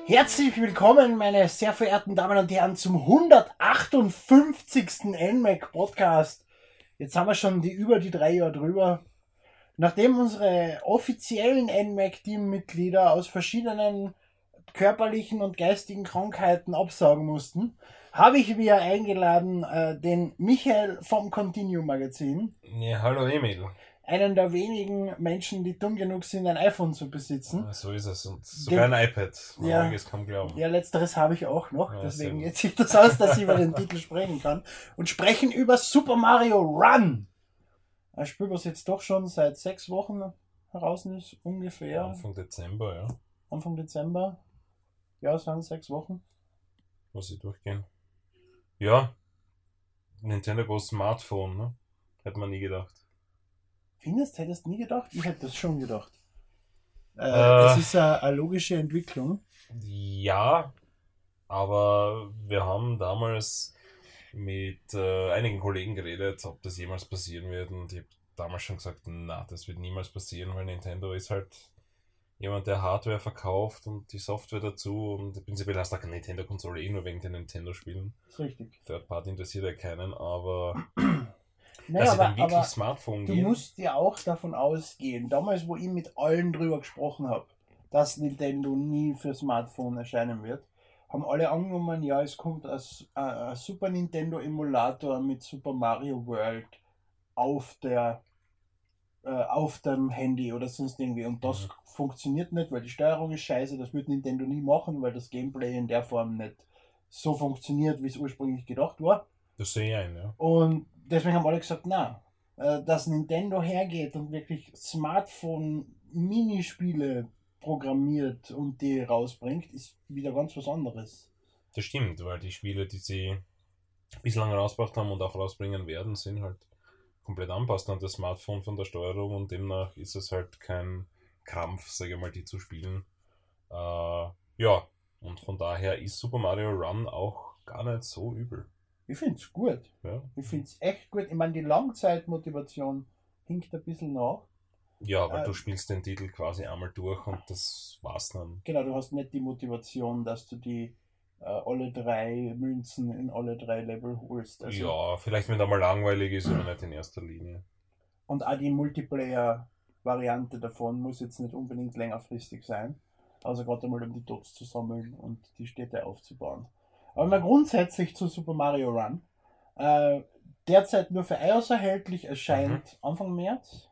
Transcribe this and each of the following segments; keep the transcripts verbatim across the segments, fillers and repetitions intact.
Herzlich willkommen, meine sehr verehrten Damen und Herren, zum hundertachtundfünfzigsten N M A C Podcast. Jetzt haben wir schon die über die drei Jahre drüber. Nachdem unsere offiziellen N M A C-Teammitglieder aus verschiedenen körperlichen und geistigen Krankheiten absagen mussten, habe ich wieder eingeladen äh, den Michael vom Continuum Magazin. Ja, hallo Emil. Einen der wenigen Menschen, die dumm genug sind, ein iPhone zu besitzen. Ja, so ist es. Und sogar Den, ein iPad. Man ja, mag es kaum glauben. Ja, letzteres habe ich auch noch. Ja, deswegen jetzt sieht das aus, dass ich über den Titel sprechen kann. Und sprechen über Super Mario Run. Ein Spiel, was jetzt doch schon seit sechs Wochen heraus ist, ungefähr. Anfang Dezember, ja. Anfang Dezember. Ja, es waren sechs Wochen. Muss ich durchgehen. Ja. Nintendo Go Smartphone, ne? Hätte man nie gedacht. Findest du, hättest du nie gedacht? Ich hätte das schon gedacht. Äh, Äh, das ist eine, eine logische Entwicklung. Ja, aber wir haben damals mit äh, einigen Kollegen geredet, ob das jemals passieren wird. Und ich habe damals schon gesagt, na, das wird niemals passieren, weil Nintendo ist halt jemand, der Hardware verkauft und die Software dazu. Und prinzipiell hast du auch keine Nintendo-Konsole, eh nur wegen den Nintendo-Spielen. Das ist richtig. Third Party interessiert ja keinen, aber Naja, dass sie aber, dann wirklich aber Smartphone du gehen. musst ja auch davon ausgehen, damals, wo ich mit allen drüber gesprochen habe, dass Nintendo nie für Smartphone erscheinen wird, haben alle angenommen, ja, es kommt ein, ein Super Nintendo Emulator mit Super Mario World auf der äh, auf dem Handy oder sonst irgendwie. Und das Mhm. funktioniert nicht, weil die Steuerung ist scheiße, das wird Nintendo nie machen, weil das Gameplay in der Form nicht so funktioniert, wie es ursprünglich gedacht war. Das sehe ich ein, ja. Und deswegen haben alle gesagt, na, äh, dass Nintendo hergeht und wirklich Smartphone-Minispiele programmiert und die rausbringt, ist wieder ganz was anderes. Das stimmt, weil die Spiele, die sie bislang rausgebracht haben und auch rausbringen werden, sind halt komplett anpasst an das Smartphone von der Steuerung und demnach ist es halt kein Krampf, sage ich mal, die zu spielen. Äh, ja, und von daher ist Super Mario Run auch gar nicht so übel. Ich finde es gut. Ja, Ich finde es echt gut. Ich meine, die Langzeitmotivation hinkt ein bisschen nach. ja weil Äh, du spielst den Titel quasi einmal durch und das war's dann. Genau, du hast nicht die Motivation, dass du die äh, alle drei Münzen in alle drei Level holst. Also, Ja, vielleicht wenn da mal langweilig ist, aber nicht in erster Linie. und auch die Multiplayer-Variante davon muss jetzt nicht unbedingt längerfristig sein. Also gerade einmal um die Dots zu sammeln und die Städte aufzubauen. Aber mal grundsätzlich zu Super Mario Run. Äh, derzeit nur für iOS erhältlich, erscheint Anfang März.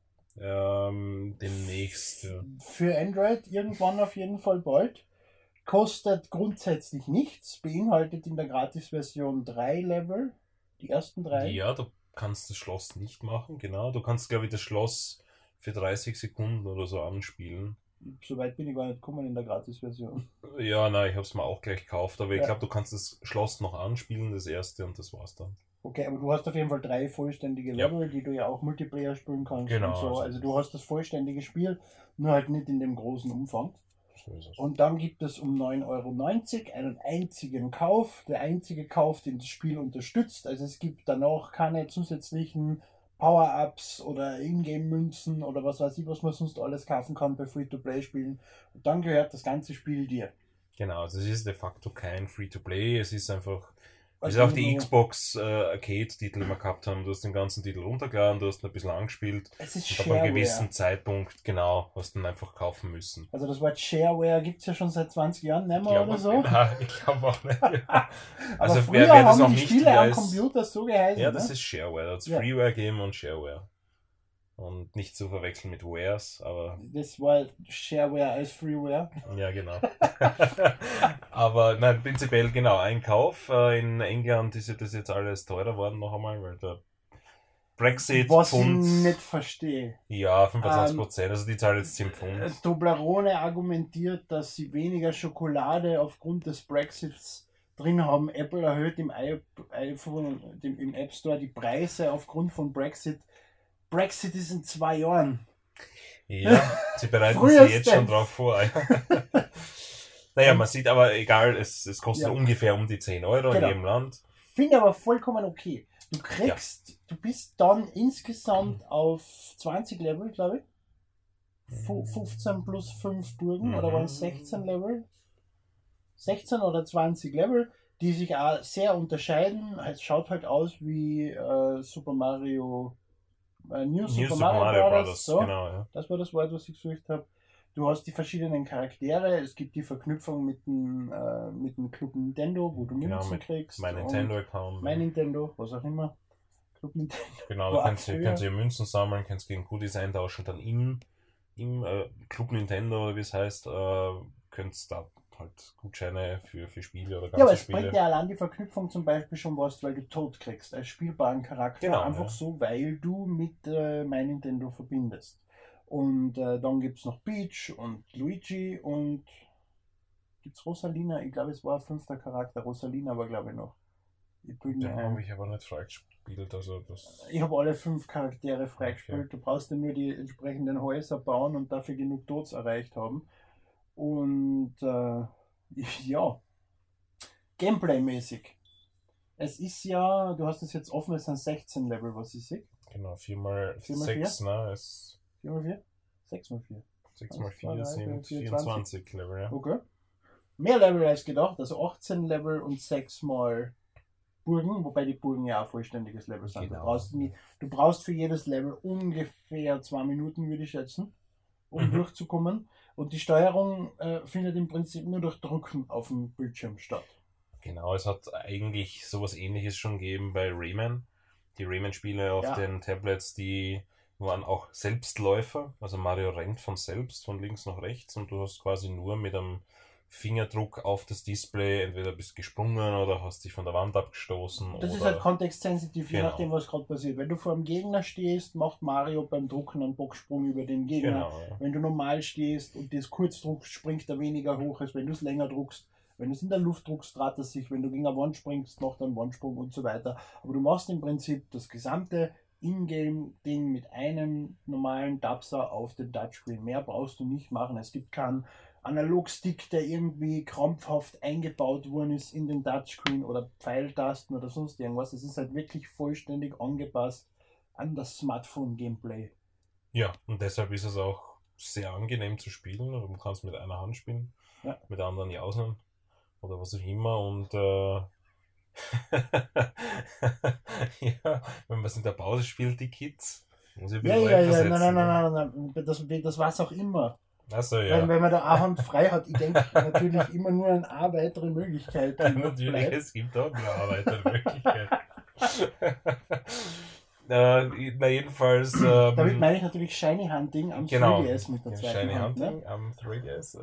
Ähm, demnächst, ja. Für Android irgendwann auf jeden Fall bald. Kostet grundsätzlich nichts, beinhaltet in der Gratis-Version drei Level, die ersten drei. Ja, du kannst das Schloss nicht machen, genau. Du kannst, glaube ich, das Schloss für dreißig Sekunden oder so anspielen. Soweit bin ich gar nicht gekommen in der Gratis-Version. Ja, nein, ich habe es mir auch gleich gekauft, aber ich Ja. glaube, du kannst das Schloss noch anspielen, das erste, und das war's dann. Okay, aber du hast auf jeden Fall drei vollständige Ja. Level, die du ja auch Multiplayer spielen kannst Genau, und so. also Also das du hast das vollständige Spiel, nur halt nicht in dem großen Umfang. So ist es. Und dann gibt es um neun Euro neunzig einen einzigen Kauf. Der einzige Kauf, den das Spiel unterstützt. Also es gibt danach keine zusätzlichen Power-Ups oder Ingame-Münzen oder was weiß ich, was man sonst alles kaufen kann bei Free-to-Play-Spielen. Und dann gehört das ganze Spiel dir. Genau, also es ist de facto kein Free-to-Play, es ist einfach, es ist Also auch die nur- Xbox äh, Arcade-Titel, die wir gehabt haben. Du hast den ganzen Titel runtergeladen, du hast ihn ein bisschen angespielt Es ist und ab einem Shareware. gewissen Zeitpunkt, genau, hast du ihn einfach kaufen müssen. Also das Wort Shareware gibt es ja schon seit zwanzig Jahren nicht mehr oder so. Nein, ich glaube auch nicht. Ja. Aber Also früher wer, wer das haben noch die nicht Spiele am weiß, Computer so geheißen. ja, das ne? ist Shareware, das Ja. Freeware Game und Shareware. Und nicht zu verwechseln mit Wares, aber Das war Shareware als Freeware. ja, genau. Aber nein, prinzipiell genau, ein Kauf. Äh, In England ist ja das jetzt alles teurer worden noch einmal, weil der Brexit, Was Pfund, ich nicht verstehe. ja, fünfundzwanzig Prozent, also die zahlen jetzt zehn Pfund. Äh, Toblerone argumentiert, dass sie weniger Schokolade aufgrund des Brexits drin haben. Apple erhöht im I- iPhone, dem, im App Store die Preise aufgrund von Brexit. Brexit ist in zwei Jahren. Ja, sie bereiten sich Frühestens. jetzt schon drauf vor. Naja, man sieht aber, egal, es, es kostet Ja. ungefähr um die zehn Euro Genau. in jedem Land. Finde aber vollkommen okay. Du kriegst, du bist dann insgesamt auf zwanzig Level, glaube ich. Fu- fünfzehn plus fünf Burgen, Mhm. oder waren es sechzehn Level? sechzehn oder zwanzig Level, die sich auch sehr unterscheiden. Es schaut halt aus wie äh, Super Mario, äh, New, New Super, Super Mario, Mario Brothers. Brothers, So, genau, ja. das war das Wort, was ich gesucht habe. Du hast die verschiedenen Charaktere, es gibt die Verknüpfung mit dem, äh, mit dem Club Nintendo, wo du Genau, Münzen mit kriegst. Mein und Nintendo-Account. Mein Nintendo, was auch immer. Club Nintendo. Genau, war da kannst du früher. kannst du Münzen sammeln, kannst gegen Goodies eintauschen, dann im, im äh, Club Nintendo, oder wie es heißt, äh, könntest da halt Gutscheine für, für Spiele oder ganze Ja, aber es Spiele. bringt ja allein die Verknüpfung zum Beispiel schon was, weil du Tod kriegst als spielbaren Charakter. Genau, einfach ja. so, weil du mit äh, mein Nintendo verbindest. Und äh, dann gibt es noch Peach und Luigi und gibt es Rosalina? Ich glaube, es war ein fünfter Charakter. Rosalina war, glaube ich, noch. Ich, bin Den mir habe ein. ich aber nicht freigespielt, also das... ich habe alle fünf Charaktere freigespielt. Okay. Du brauchst ja nur die entsprechenden Häuser bauen und dafür genug Tods erreicht haben. Und äh, ja, Gameplay-mäßig. Es ist ja, du hast es jetzt offen, es sind sechzehn Level, was ich sehe. Genau, vier mal Vier mal sechs, ne, ist vier mal vier? sechs mal vier. sechs mal eins, zwei, vier drei, sind vier, vierundzwanzig Level, ja. Okay. Mehr Level als gedacht, also achtzehn Level und sechs mal Burgen, wobei die Burgen ja auch vollständiges Level sind. Genau. Du, brauchst nie, du brauchst für jedes Level ungefähr zwei Minuten, würde ich schätzen, um Mhm. durchzukommen. Und die Steuerung äh, findet im Prinzip nur durch Drücken auf dem Bildschirm statt. Genau, es hat eigentlich sowas ähnliches schon gegeben bei Rayman. Die Rayman-Spiele auf Ja. den Tablets, die waren auch Selbstläufer. Also Mario rennt von selbst, von links nach rechts, und du hast quasi nur mit einem Fingerdruck auf das Display, entweder bist gesprungen oder hast dich von der Wand abgestoßen. Das oder ist halt kontextsensitiv, je Genau. nachdem, was gerade passiert. Wenn du vor dem Gegner stehst, macht Mario beim Drucken einen Bocksprung über den Gegner. Genau, ja. Wenn du normal stehst und das kurz druckst, springt er weniger hoch, als wenn du es länger druckst. Wenn du es in der Luft druckst, dreht er sich. Wenn du gegen eine Wand springst, macht er einen Wandsprung und so weiter. Aber du machst im Prinzip das gesamte Ingame-Ding mit einem normalen Tapser auf dem Touchscreen. Mehr brauchst du nicht machen. Es gibt keinen Analogstick, der irgendwie krampfhaft eingebaut worden ist in den Touchscreen oder Pfeiltasten oder sonst irgendwas. Es ist halt wirklich vollständig angepasst an das Smartphone-Gameplay. Ja, und deshalb ist es auch sehr angenehm zu spielen. Also du kannst mit einer Hand spielen, Ja. mit der anderen jausen oder was auch immer. Und äh, ja, wenn man es in der Pause spielt, die Kids, muss ich ein Ja, bisschen ja, ja, reinversetzen, nein, nein, ne? nein, nein, nein. Das, das war es auch immer. Achso, Weil, ja. wenn man da eine Hand frei hat, ich denke natürlich immer nur an eine weitere Möglichkeit. die noch Natürlich, bleibt. es gibt auch eine Arbeitermöglichkeit. äh, na, jedenfalls. Ähm, Damit meine ich natürlich Shiny Hunting am genau, drei D S mit der zweiten Shiny Hand. Hunting Ne? am drei D S.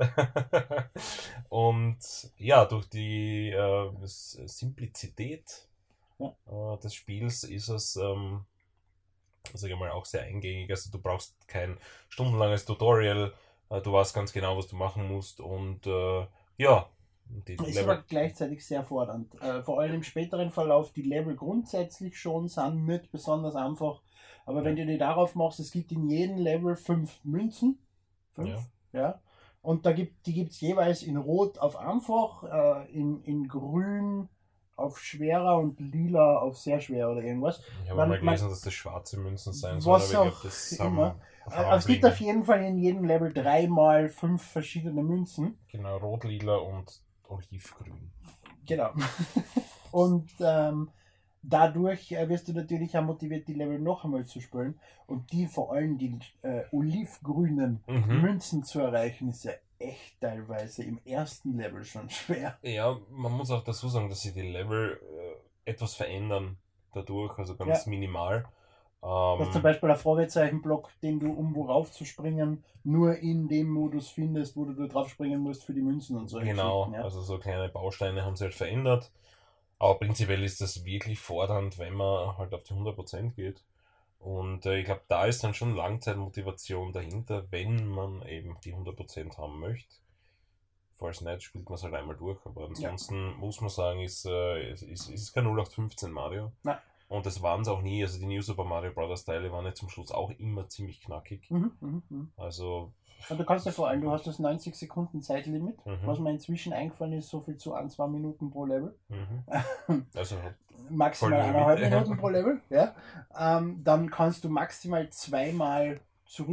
Und ja, durch die äh, S- Simplizität Ja. äh, des Spiels ist es, ähm, sag ich mal, auch sehr eingängig. Also du brauchst kein stundenlanges Tutorial, äh, du weißt ganz genau, was du machen musst, und äh, ja, die Ist Level. aber gleichzeitig sehr fordernd. Äh, vor allem im späteren Verlauf, die Level grundsätzlich schon sind nicht besonders einfach. Aber wenn du die darauf machst, es gibt in jedem Level fünf Münzen. Fünf, Ja. ja. Und da gibt, die gibt es jeweils in Rot auf einfach, äh, in, in Grün auf schwerer und lila auf sehr schwer oder irgendwas. Ich habe Man- mal gelesen, man- dass das schwarze Münzen sein Was sollen, aber ich auch glaube, das haben immer. auf Aber es gibt Anblick- auf jeden Fall in jedem Level dreimal fünf verschiedene Münzen. Genau, rot, lila und olivgrün. Genau. Und ähm, dadurch äh, wirst du natürlich auch motiviert, die Level noch einmal zu spielen. Und die vor allem die äh, olivgrünen Mhm. Münzen zu erreichen, ist ja echt teilweise im ersten Level schon schwer. Ja, man muss auch dazu sagen, dass sich die Level äh, etwas verändern dadurch, also ganz Ja. minimal. Du hast zum Ähm, Beispiel einen Fragezeichenblock, den du, um wo raufzuspringen, nur in dem Modus findest, wo du da drauf springen musst für die Münzen und so. genau, Ja. also so kleine Bausteine haben sie halt verändert. Aber prinzipiell ist das wirklich fordernd, wenn man halt auf die hundert Prozent geht. Und äh, ich glaube, da ist dann schon Langzeitmotivation dahinter, wenn man eben die hundert Prozent haben möchte. Falls nicht, spielt man es halt einmal durch. Aber ansonsten muss man sagen, ist, äh, es ist, es ist kein null acht fünfzehn Mario. Nein. Und das waren es auch nie. Also die New Super Mario Bros. Teile waren ja zum Schluss auch immer ziemlich knackig. Mhm, mhm, mhm. Also. Und du kannst dir vor allem, du hast das neunzig Sekunden Zeitlimit, Mhm. was mir inzwischen eingefallen ist, so viel zu ein, zwei Minuten pro Level. Mhm. Also Maximal Voll eineinhalb Limit. Minuten pro Level. Ja. Ähm, dann kannst du maximal zweimal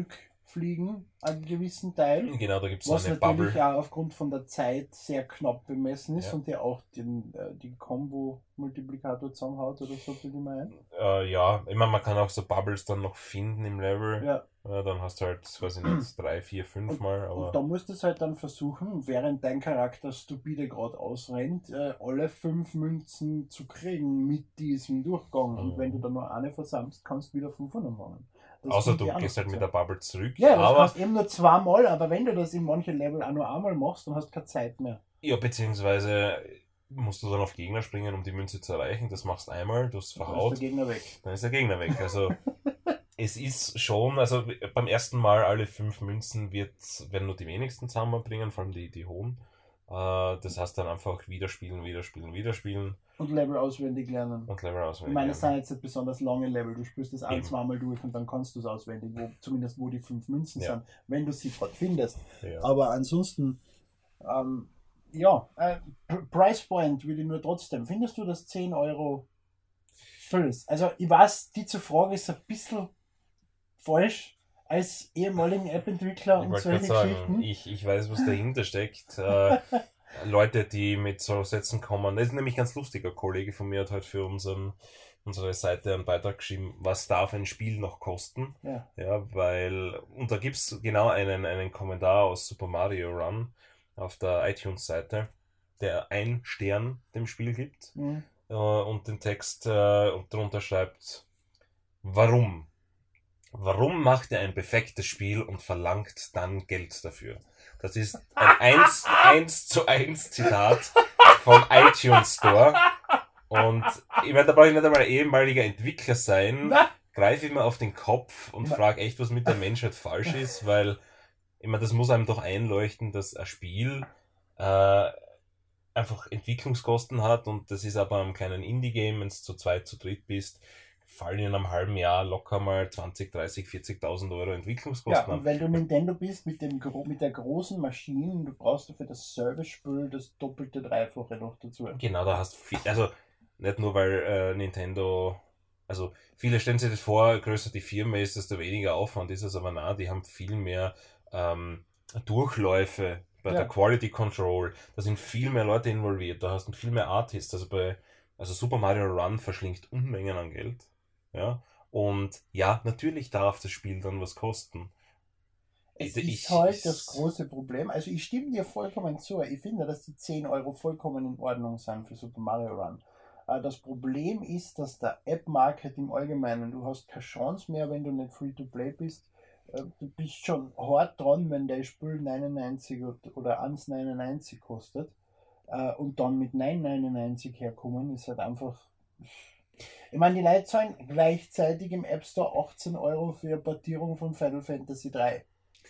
fliegen, einen gewissen Teil. Genau, da gibt es Was eine natürlich Bubble. auch aufgrund von der Zeit sehr knapp bemessen ist Ja. und der auch den, äh, die Combo-Multiplikator zusammenhaut oder so, bitte ich mal ein. Äh, ja, ich meine, man kann auch so Bubbles dann noch finden im Level. Ja. Ja, dann hast du halt, weiß ich nicht, drei, vier, fünf Mal. Aber Und da musst du es halt dann versuchen, während dein Charakter stupide gerade ausrennt, äh, alle fünf Münzen zu kriegen mit diesem Durchgang. Und Mhm. wenn du dann nur eine versammst, kannst du wieder fünf anfangen. Das außer kommt du dir auch gehst noch halt mit dazu. der Bubble zurück. Ja, das aber kannst du eben nur zweimal, aber wenn du das in manchen Level auch nur einmal machst, dann hast du keine Zeit mehr. ja, beziehungsweise musst du dann auf Gegner springen, um die Münze zu erreichen. Das machst du einmal, du hast Dann ist verhaut, der Gegner weg. dann ist der Gegner weg. Also es ist schon, also beim ersten Mal alle fünf Münzen wird, werden nur die wenigsten zusammenbringen, vor allem die, die hohen. Äh, das heißt dann einfach wieder spielen, wieder spielen, wieder spielen Und Level auswendig lernen. und Level Ich auswendig. meine, es sind lernen. jetzt nicht besonders lange Level. Du spielst das ein, Eben. zweimal durch und dann kannst du es auswendig, wo, zumindest wo die fünf Münzen Ja. sind, wenn du sie gerade findest. Ja. Aber ansonsten, ähm, ja, äh, P- Price Point will ich nur trotzdem. Findest du das zehn Euro Fülls? Also, ich weiß, die zur Frage ist ein bisschen falsch als ehemaligen App-Entwickler Ich und wollte gerade solche sagen, Geschichten. ich, ich weiß, was dahinter steckt. Äh, Leute, die mit so Sätzen kommen. Das ist nämlich ganz lustig. Ein Kollege von mir hat halt für unseren, unsere Seite einen Beitrag geschrieben, was darf ein Spiel noch kosten? Ja. Ja, weil, und da gibt es genau einen, einen Kommentar aus Super Mario Run auf der iTunes-Seite, der ein Stern dem Spiel gibt Mhm. äh, und den Text äh, und darunter schreibt, warum? Warum macht er ein perfektes Spiel und verlangt dann Geld dafür? Das ist ein eins zu eins Zitat vom iTunes Store. Und ich meine, da brauche ich nicht einmal ein ehemaliger Entwickler sein, Na, greife ich mir auf den Kopf und Na. frage echt, was mit der Menschheit falsch ist, weil, ich meine, das muss einem doch einleuchten, dass ein Spiel äh, einfach Entwicklungskosten hat und das ist aber am kleinen Indie-Game, wenn du zu zweit, zu dritt bist, fallen in einem halben Jahr locker mal zwanzig, dreißig, vierzigtausend Euro ja, Entwicklungskosten und an. wenn du Nintendo bist mit, dem, gro- mit der großen Maschine, du brauchst für das Service-Spiel das doppelte, dreifache noch dazu. Genau, da hast du viel, also nicht nur weil äh, Nintendo, also viele stellen sich das vor, größer die Firma ist, desto weniger Aufwand ist es, aber nein, die haben viel mehr ähm, Durchläufe bei Ja. der Quality Control, da sind viel mehr Leute involviert, da hast du viel mehr Artists, also bei, also Super Mario Run verschlingt Unmengen an Geld, ja, und ja, natürlich darf das Spiel dann was kosten. Es Ich- ist ich- halt das große Problem. Also ich stimme dir vollkommen zu. Ich finde, dass die zehn Euro vollkommen in Ordnung sind für Super Mario Run. Äh, Das Problem ist, dass der App-Market im Allgemeinen, du hast keine Chance mehr, wenn du nicht Free-to-Play bist. Äh, Du bist schon hart dran, wenn dein Spiel neunundneunzig od- oder eins neunundneunzig kostet. Äh, Und dann mit neun neunundneunzig herkommen, ist halt einfach... Ich meine, die Leute zahlen gleichzeitig im App Store achtzehn Euro für eine Portierung von Final Fantasy drei.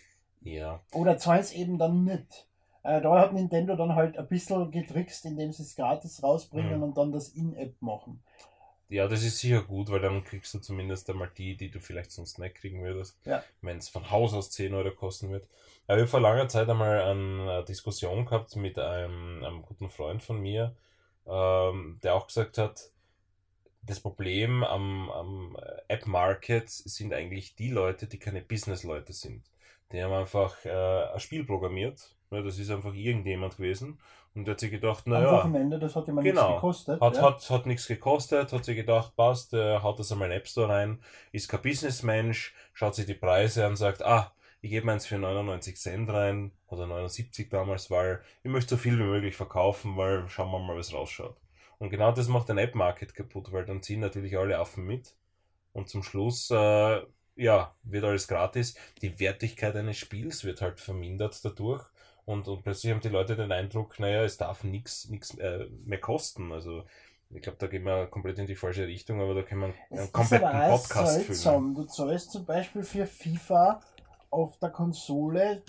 Ja, Oder zahlen es eben dann nicht. Äh, da hat Nintendo dann halt ein bisschen getrickst, indem sie es gratis rausbringen Mhm. und dann das In-App machen. ja, das ist sicher gut, weil dann kriegst du zumindest einmal die, die du vielleicht sonst nicht kriegen würdest, Ja. wenn es von Haus aus zehn Euro kosten wird. Aber ich habe vor langer Zeit einmal eine Diskussion gehabt mit einem, einem guten Freund von mir, ähm, der auch gesagt hat, das Problem am, am App-Market sind eigentlich die Leute, die keine Business-Leute sind. Die haben einfach äh, ein Spiel programmiert. Ja, das ist einfach irgendjemand gewesen. Und der hat sich gedacht, Am naja, Wochenende, das hat ja mal nichts genau. gekostet. Hat, ja. hat, hat nichts gekostet, hat sich gedacht, passt, äh, haut das einmal in den App Store rein, ist kein Businessmensch, schaut sich die Preise an und sagt, ah, ich gebe meins für neunundneunzig Cent rein, oder neunundsiebzig damals, weil ich möchte so viel wie möglich verkaufen, weil schauen wir mal, was rausschaut. Und genau das macht den App-Market kaputt, weil dann ziehen natürlich alle Affen mit und zum Schluss, äh, ja, wird alles gratis. Die Wertigkeit eines Spiels wird halt vermindert dadurch. Und, und plötzlich haben die Leute den Eindruck, naja, es darf nichts nichts äh, mehr kosten. Also ich glaube, da gehen wir komplett in die falsche Richtung, aber da können wir Es einen ist kompletten aber auch Podcast füllen. seltsam. Du zahlst zum Beispiel für FIFA auf der Konsole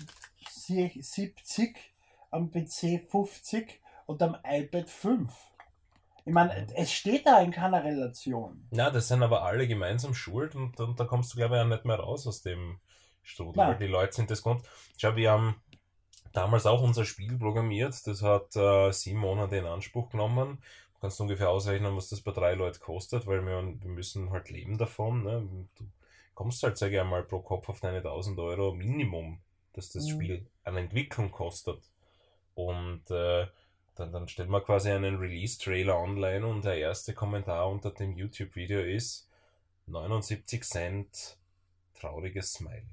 siebzig, am P C fünfzig und am iPad fünf. Ich meine, es steht da in keiner Relation. Ja, das sind aber alle gemeinsam schuld und, und da kommst du, glaube ich, auch nicht mehr raus aus dem Strudel, Nein. weil die Leute sind das gewohnt. Schau, wir haben damals auch unser Spiel programmiert, das hat äh, sieben Monate in Anspruch genommen. Du kannst ungefähr ausrechnen, was das bei drei Leuten kostet, weil wir, wir müssen halt leben davon. Ne? Du kommst du halt, sage ich einmal, pro Kopf auf deine tausend Euro Minimum, dass das Mhm. Spiel an Entwicklung kostet. Und äh, dann, dann stellt man quasi einen Release-Trailer online und der erste Kommentar unter dem YouTube-Video ist neunundsiebzig Cent, trauriges Smiley.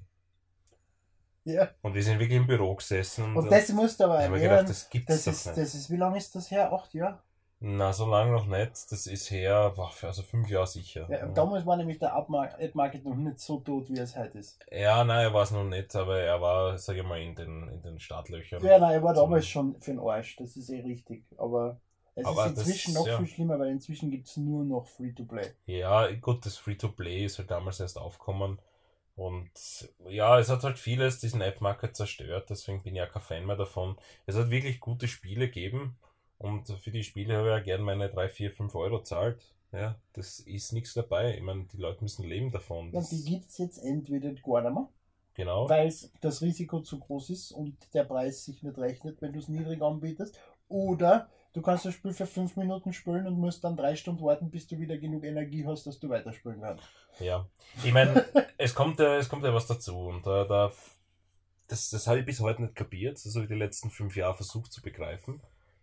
Ja. Und wir sind wirklich im Büro gesessen und, Und das musst du aber ich habe mir erwähnen, gedacht, das gibt's das doch ist, nicht. das ist, wie lange ist das her? Acht Jahre? Na, so lange noch nicht. Das ist her, boah, also fünf Jahre sicher. Ja, damals war nämlich der Ad-Market noch nicht so tot, wie es heute ist. Ja, nein, er war es noch nicht, aber er war, sage ich mal, in den, in den Startlöchern. Ja, nein, er war Zum- damals schon für den Arsch, das ist eh richtig. Aber es Aber ist inzwischen das- noch ja. viel schlimmer, weil inzwischen gibt es nur noch Free-to-Play. Ja, gut, das Free-to-Play ist halt damals erst aufgekommen. Und ja, es hat halt vieles diesen App-Market zerstört, deswegen bin ich ja kein Fan mehr davon. Es hat wirklich gute Spiele gegeben und für die Spiele habe ich ja gern meine drei, vier, fünf Euro zahlt. Ja, das ist nichts dabei. Ich meine, die Leute müssen leben davon. Ja, Das, die gibt es jetzt entweder gar nicht mehr, genau. weil das Risiko zu groß ist und der Preis sich nicht rechnet, wenn du es niedrig anbietest. Oder du kannst das Spiel für fünf Minuten spielen und musst dann drei Stunden warten, bis du wieder genug Energie hast, dass du weiterspielen kannst. Ja, ich meine, es kommt ja, es kommt ja was dazu und da, da das, das habe ich bis heute nicht kapiert, das habe ich die letzten fünf Jahre versucht zu begreifen.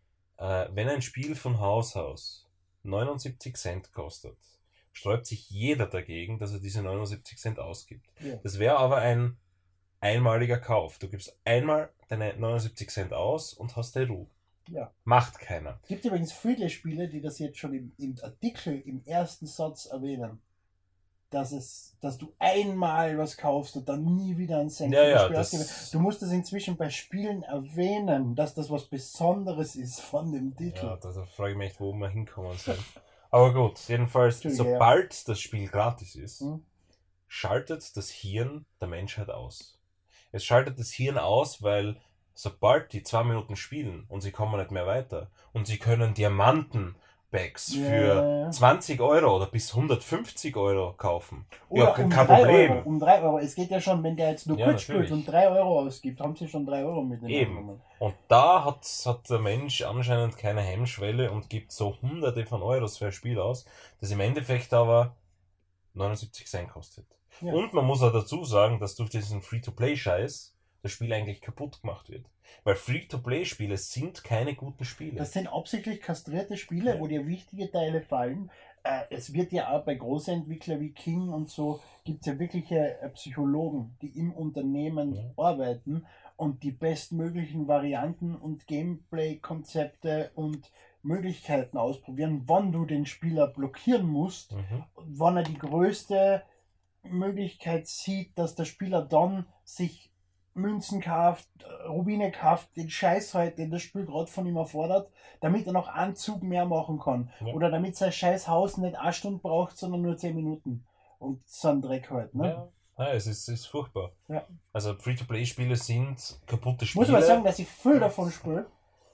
Äh, wenn ein Spiel von Haus aus neunundsiebzig Cent kostet, sträubt sich jeder dagegen, dass er diese neunundsiebzig Cent ausgibt. Ja. Das wäre aber ein einmaliger Kauf. Du gibst einmal deine neunundsiebzig Cent aus und hast deine Ruhe. Ja. Macht keiner. Es gibt übrigens viele Spiele, die das jetzt schon im, im Artikel, im ersten Satz erwähnen. Dass, es, dass du einmal was kaufst und dann nie wieder einen Cent Ja, für das ja, Spiel das- ausgibst. Du musst das inzwischen bei Spielen erwähnen, dass das was Besonderes ist von dem Titel. Ja, da, da frage ich mich echt, wo wir hinkommen sollen. Aber gut, jedenfalls, Entschuldige, ja. sobald das Spiel gratis ist, Hm? schaltet das Hirn der Menschheit aus. Es schaltet das Hirn aus, weil sobald die zwei Minuten spielen und sie kommen nicht mehr weiter und sie können Diamanten-Bags Ja, für ja, ja. zwanzig Euro oder bis hundertfünfzig Euro kaufen. Oder ja, kein um kein drei Problem. Euro, um drei Euro. Es geht ja schon, wenn der jetzt nur Ja, kurz spielt natürlich. und drei Euro ausgibt, haben sie schon drei Euro mit dem Eben. genommen. Und da hat, hat der Mensch anscheinend keine Hemmschwelle und gibt so hunderte von Euros für ein Spiel aus, das im Endeffekt aber neunundsiebzig Cent kostet. Ja. Und man muss auch dazu sagen, dass durch diesen Free-to-Play-Scheiß das Spiel eigentlich kaputt gemacht wird. Weil Free-to-Play-Spiele sind keine guten Spiele. Das sind absichtlich kastrierte Spiele, Ja. wo dir wichtige Teile fallen. Äh, es wird ja auch bei großen Entwicklern wie King und so, gibt es ja wirkliche äh, Psychologen, die im Unternehmen Ja. arbeiten und die bestmöglichen Varianten und Gameplay-Konzepte und Möglichkeiten ausprobieren, wann du den Spieler blockieren musst, Mhm. wann er die größte Möglichkeit sieht, dass der Spieler dann sich Münzen kauft, Rubine kauft, den Scheiß halt, den das Spiel gerade von ihm erfordert, damit er noch einen Zug mehr machen kann. Ja. Oder damit sein scheiß Haus nicht eine Stunde braucht, sondern nur zehn Minuten. Und so ein Dreck halt. Ne? Ja. Ah, es ist, es ist furchtbar. Ja. Also Free-to-Play-Spiele sind kaputte Ich Spiele. muss aber sagen, dass ich viel davon spiele.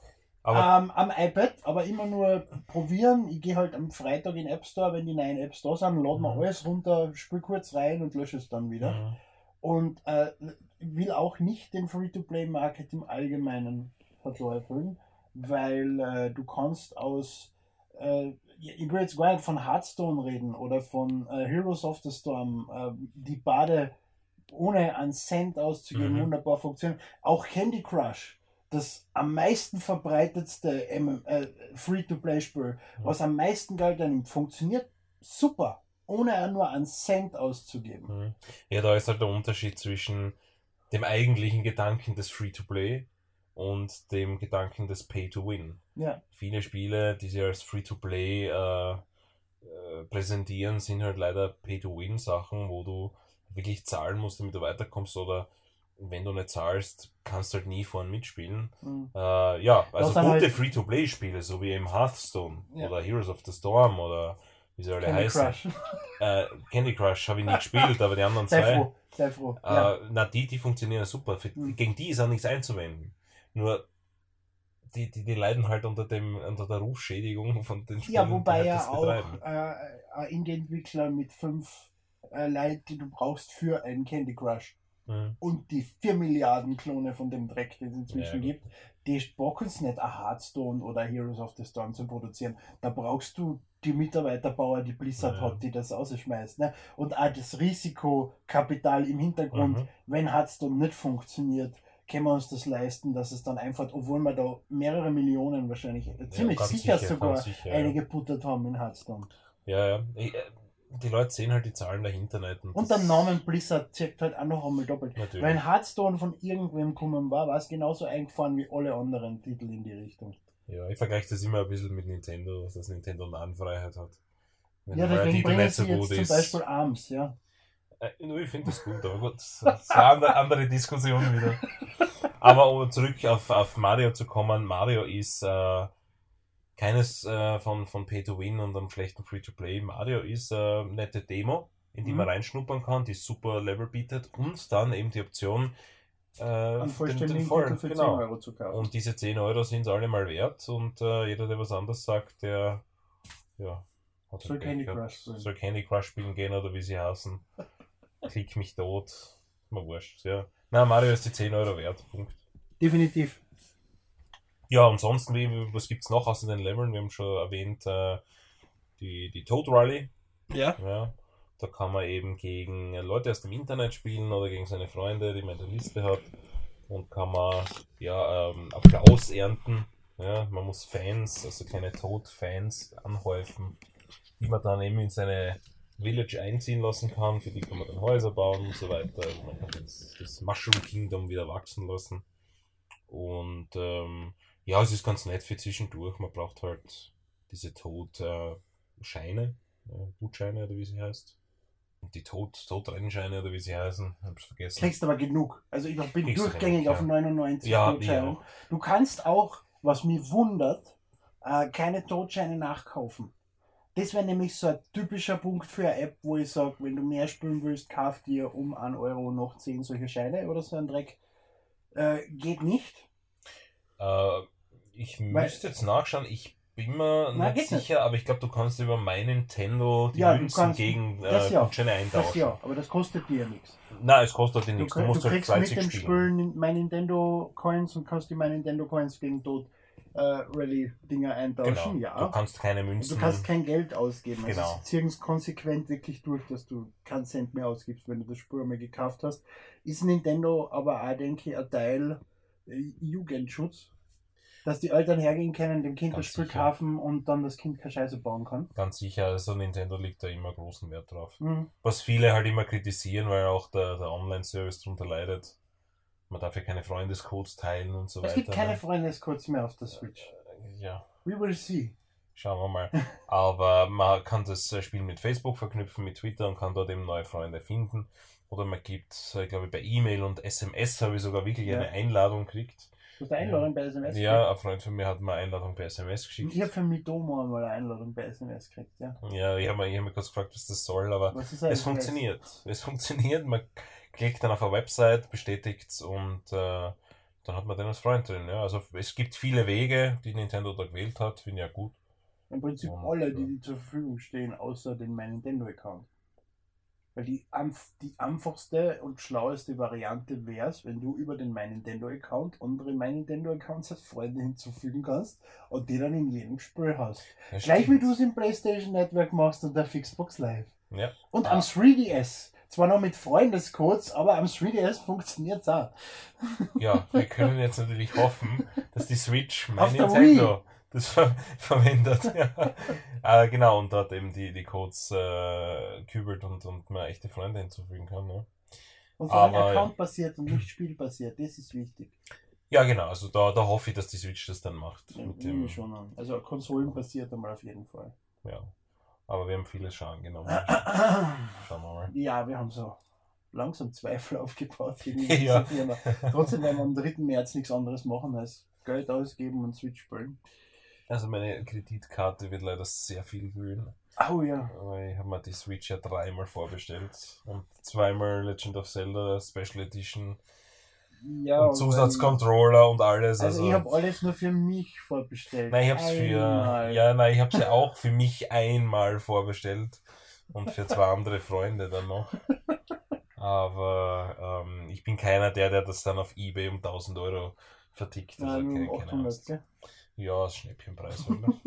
aber Ähm, am iPad, aber immer nur probieren. Ich gehe halt am Freitag in den App Store, wenn die neuen Apps da sind, lade mir Mhm. alles runter, spiele kurz rein und lösche es dann wieder. Mhm. Und äh, will auch nicht den Free-to-Play-Market im Allgemeinen verteufeln, weil äh, du kannst aus, äh, ich will jetzt gar nicht von Hearthstone reden oder von äh, Heroes of the Storm, äh, die Bade ohne einen Cent auszugeben, Mhm. wunderbar funktionieren. Auch Candy Crush, das am meisten verbreitetste M- äh, Free-to-Play-Spiel, Mhm. was am meisten Geld einnimmt, funktioniert super, ohne nur einen Cent auszugeben. Mhm. Ja, da ist halt der Unterschied zwischen dem eigentlichen Gedanken des Free-to-Play und dem Gedanken des Pay-to-Win. Ja. Viele Spiele, die sie als Free-to-Play äh, äh, präsentieren, sind halt leider Pay-to-Win-Sachen, wo du wirklich zahlen musst, damit du weiterkommst, oder wenn du nicht zahlst, kannst du halt nie vorne mitspielen. Mhm. Äh, ja, also sind gute halt- Free-to-Play-Spiele, so wie im Hearthstone Ja. oder Heroes of the Storm oder wie sie alle Candy heißen. Crush. Äh, Candy Crush habe ich nie gespielt, aber die anderen Sei zwei. froh, sei froh. Ja. Äh, na, die, die funktionieren super. Für, Mhm. Gegen die ist auch nichts einzuwenden. Nur, die, die, die leiden halt unter dem unter der Rufschädigung von den Spielen, Ja, wobei die halt ja das auch betreiben. äh, ein Indie-Entwickler mit fünf äh, Leuten, die du brauchst für einen Candy Crush Mhm. und die vier Milliarden Klone von dem Dreck, den es inzwischen Ja, gibt, die brauchen es nicht, ein Hearthstone oder Heroes of the Storm zu produzieren. Da brauchst du die Mitarbeiterbauer, die Blizzard Ja. hat, die das rausschmeißt. Ne? Und auch das Risikokapital im Hintergrund, Mhm. wenn Hearthstone nicht funktioniert, können wir uns das leisten, dass es dann einfach, obwohl wir da mehrere Millionen wahrscheinlich, äh, ziemlich ganz sicher, sicher, sogar ganz sicher, ja. eingebuttert haben in Hearthstone. Ja, ja. Ich, äh, die Leute sehen halt die Zahlen dahinter nicht. Und der Name Blizzard zirkt halt auch noch einmal doppelt. Natürlich. Wenn Hearthstone von irgendwem gekommen war, war es genauso eingefahren wie alle anderen Titel in die Richtung. Ja, ich vergleiche das immer ein bisschen mit Nintendo, dass Nintendo Narrenfreiheit hat. Wenn Ja, der deswegen Titel bringen nicht so sie jetzt gut zum ist. Beispiel Arms, ja. Äh, Ich finde das gut, aber gut, das ist eine andere, andere Diskussion wieder. Aber um zurück auf, auf Mario zu kommen, Mario ist äh, keines äh, von, von Pay to Win und einem schlechten Free-to-Play. Mario ist eine nette Demo, in die Mhm. man reinschnuppern kann, die super Level bietet und dann eben die Option, äh, Einen den, vollständigen den Voll, Titel für genau. zehn Euro zu kaufen. Und diese zehn Euro sind alle mal wert und äh, jeder, der was anderes sagt, der ja, hat Soll halt Candy Pech gehabt. Crush spielen. Soll Candy Crush spielen gehen oder wie sie heißen. Klick mich tot. Mal wurscht, ja. Na, Mario ist die zehn Euro wert. Punkt. Definitiv. Ja, ansonsten, wie, was gibt's noch außer den Leveln? Wir haben schon erwähnt, äh, die, die Toad Rally. Ja. Ja. Da kann man eben gegen Leute aus dem Internet spielen oder gegen seine Freunde, die man in der Liste hat. Und kann man ja, ähm, Applaus ernten. Ja, man muss Fans, also kleine Toad-Fans anhäufen, die man dann eben in seine Village einziehen lassen kann. Für die kann man dann Häuser bauen und so weiter. Also man kann das, das Mushroom Kingdom wieder wachsen lassen. Und ähm, ja, es ist ganz nett für zwischendurch. Man braucht halt diese Toad-Scheine, äh, Gutscheine oder wie sie heißt. Und die Tod, Todrennscheine oder wie sie heißen, hab's vergessen. Kriegst aber genug. Also ich bin Kriegst du durchgängig genug, auf ja. neunundneunzig Ja, Totscheinen. ich auch. Du kannst auch, was mich wundert, äh, keine Totscheine nachkaufen. Das wäre nämlich so ein typischer Punkt für eine App, wo ich sage, wenn du mehr spielen willst, kauf dir um einen Euro noch zehn solche Scheine oder so ein Dreck. Äh, geht nicht. Äh, ich Weil- müsste jetzt nachschauen, ich bin mir Nein, nicht geht nicht. sicher, aber ich glaube, du kannst über mein Nintendo die Ja, du Münzen kannst- gegen das äh, ja. Gutscheine Das eintauschen. ja, aber das kostet dir ja nichts. Nein, es kostet dir Du, nichts, du krieg- musst du halt kriegst mit fleißig dem spielen. Spielen mein Nintendo Coins und kannst dir meine Nintendo Coins gegen Tod äh, Rally Dinger eintauschen. Genau, Ja. du kannst keine Und Münzen... du kannst kein Geld ausgeben. Also Genau. sie ziehen es konsequent wirklich durch, dass du keinen Cent mehr ausgibst, wenn du das Spiel einmal gekauft hast. Ist Nintendo aber auch, denke ich, ein Teil äh, Jugendschutz. Dass die Eltern hergehen können, dem Kind Ganz das Spiel sicher. kaufen und dann das Kind keine Scheiße bauen kann. Ganz sicher, also Nintendo legt da immer großen Wert drauf. Mhm. Was viele halt immer kritisieren, weil auch der, der Online-Service darunter leidet. Man darf ja keine Freundescodes teilen und so Es weiter. gibt keine ne? Freundescodes mehr auf der Switch. Ja, We will see. schauen wir mal. Aber man kann das äh, Spiel mit Facebook verknüpfen, mit Twitter und kann dort eben neue Freunde finden. Oder man gibt, äh, glaube ich, bei E-Mail und S M S habe ich sogar wirklich Ja. eine Einladung gekriegt. Du hast eine Einladung bei S M S Ja, ein Freund von mir hat mir eine Einladung per S M S gekriegt? geschickt. Ich habe für Mitomo einmal eine Einladung bei S M S gekriegt, ja. Ja, ich habe mir, ich hab mir kurz gefragt, was das soll, aber Was ist es S M S? funktioniert. Es funktioniert. Man klickt dann auf eine Website, bestätigt und äh, dann hat man den als Freund drin. Ja. Also es gibt viele Wege, die Nintendo da gewählt hat, finde ich ja gut. Im Prinzip Und, alle, die, ja. die zur Verfügung stehen, außer den My Nintendo-Account. Weil die, einf- die einfachste und schlaueste Variante wäre es, wenn du über den My Nintendo-Account andere My Nintendo-Accounts als Freunde hinzufügen kannst und die dann in jedem Spiel hast. Ja, Gleich wie stimmt. du es im PlayStation Network machst und der Xbox Live. Ja. Und Ah. am drei D S. Zwar noch mit Freundescodes, aber am drei D S funktioniert es auch. Ja, wir können jetzt natürlich hoffen, dass die Switch mein Auf der Nintendo das ver verwendet. Ja. äh, genau, und dort eben die, die Codes äh, kübelt und, und man echte Freunde hinzufügen kann. Ne? Und vor allem Aber, ja. Account-basiert und nicht spielbasiert. Das ist wichtig. Ja, genau, also da, da hoffe ich, dass die Switch das dann macht. Ja, Mit nehme dem, ich schon an. Also konsolenbasiert einmal auf jeden Fall. ja. Aber wir haben vieles schon angenommen. Schauen wir mal. Ja, wir haben so langsam Zweifel aufgebaut gegen Ja. diese Firma. Trotzdem werden wir am dritten März nichts anderes machen als Geld ausgeben und Switch spielen. Also meine Kreditkarte wird leider sehr viel glühen. Oh ja. Weil ich habe mir die Switch ja dreimal vorbestellt und zweimal Legend of Zelda Special Edition ja und Zusatzcontroller und alles. Also, Also, ich habe alles nur für mich vorbestellt. nein, ich hab's für Einmal. ja, nein, ich habe sie auch für mich einmal vorbestellt und für zwei andere Freunde dann noch. Aber ähm, ich bin keiner der, der das dann auf eBay um tausend Euro vertickt. Also Nein, keine, um keine achthundert, Angst. gell? Ja, das Schnäppchenpreis. Halt, ne?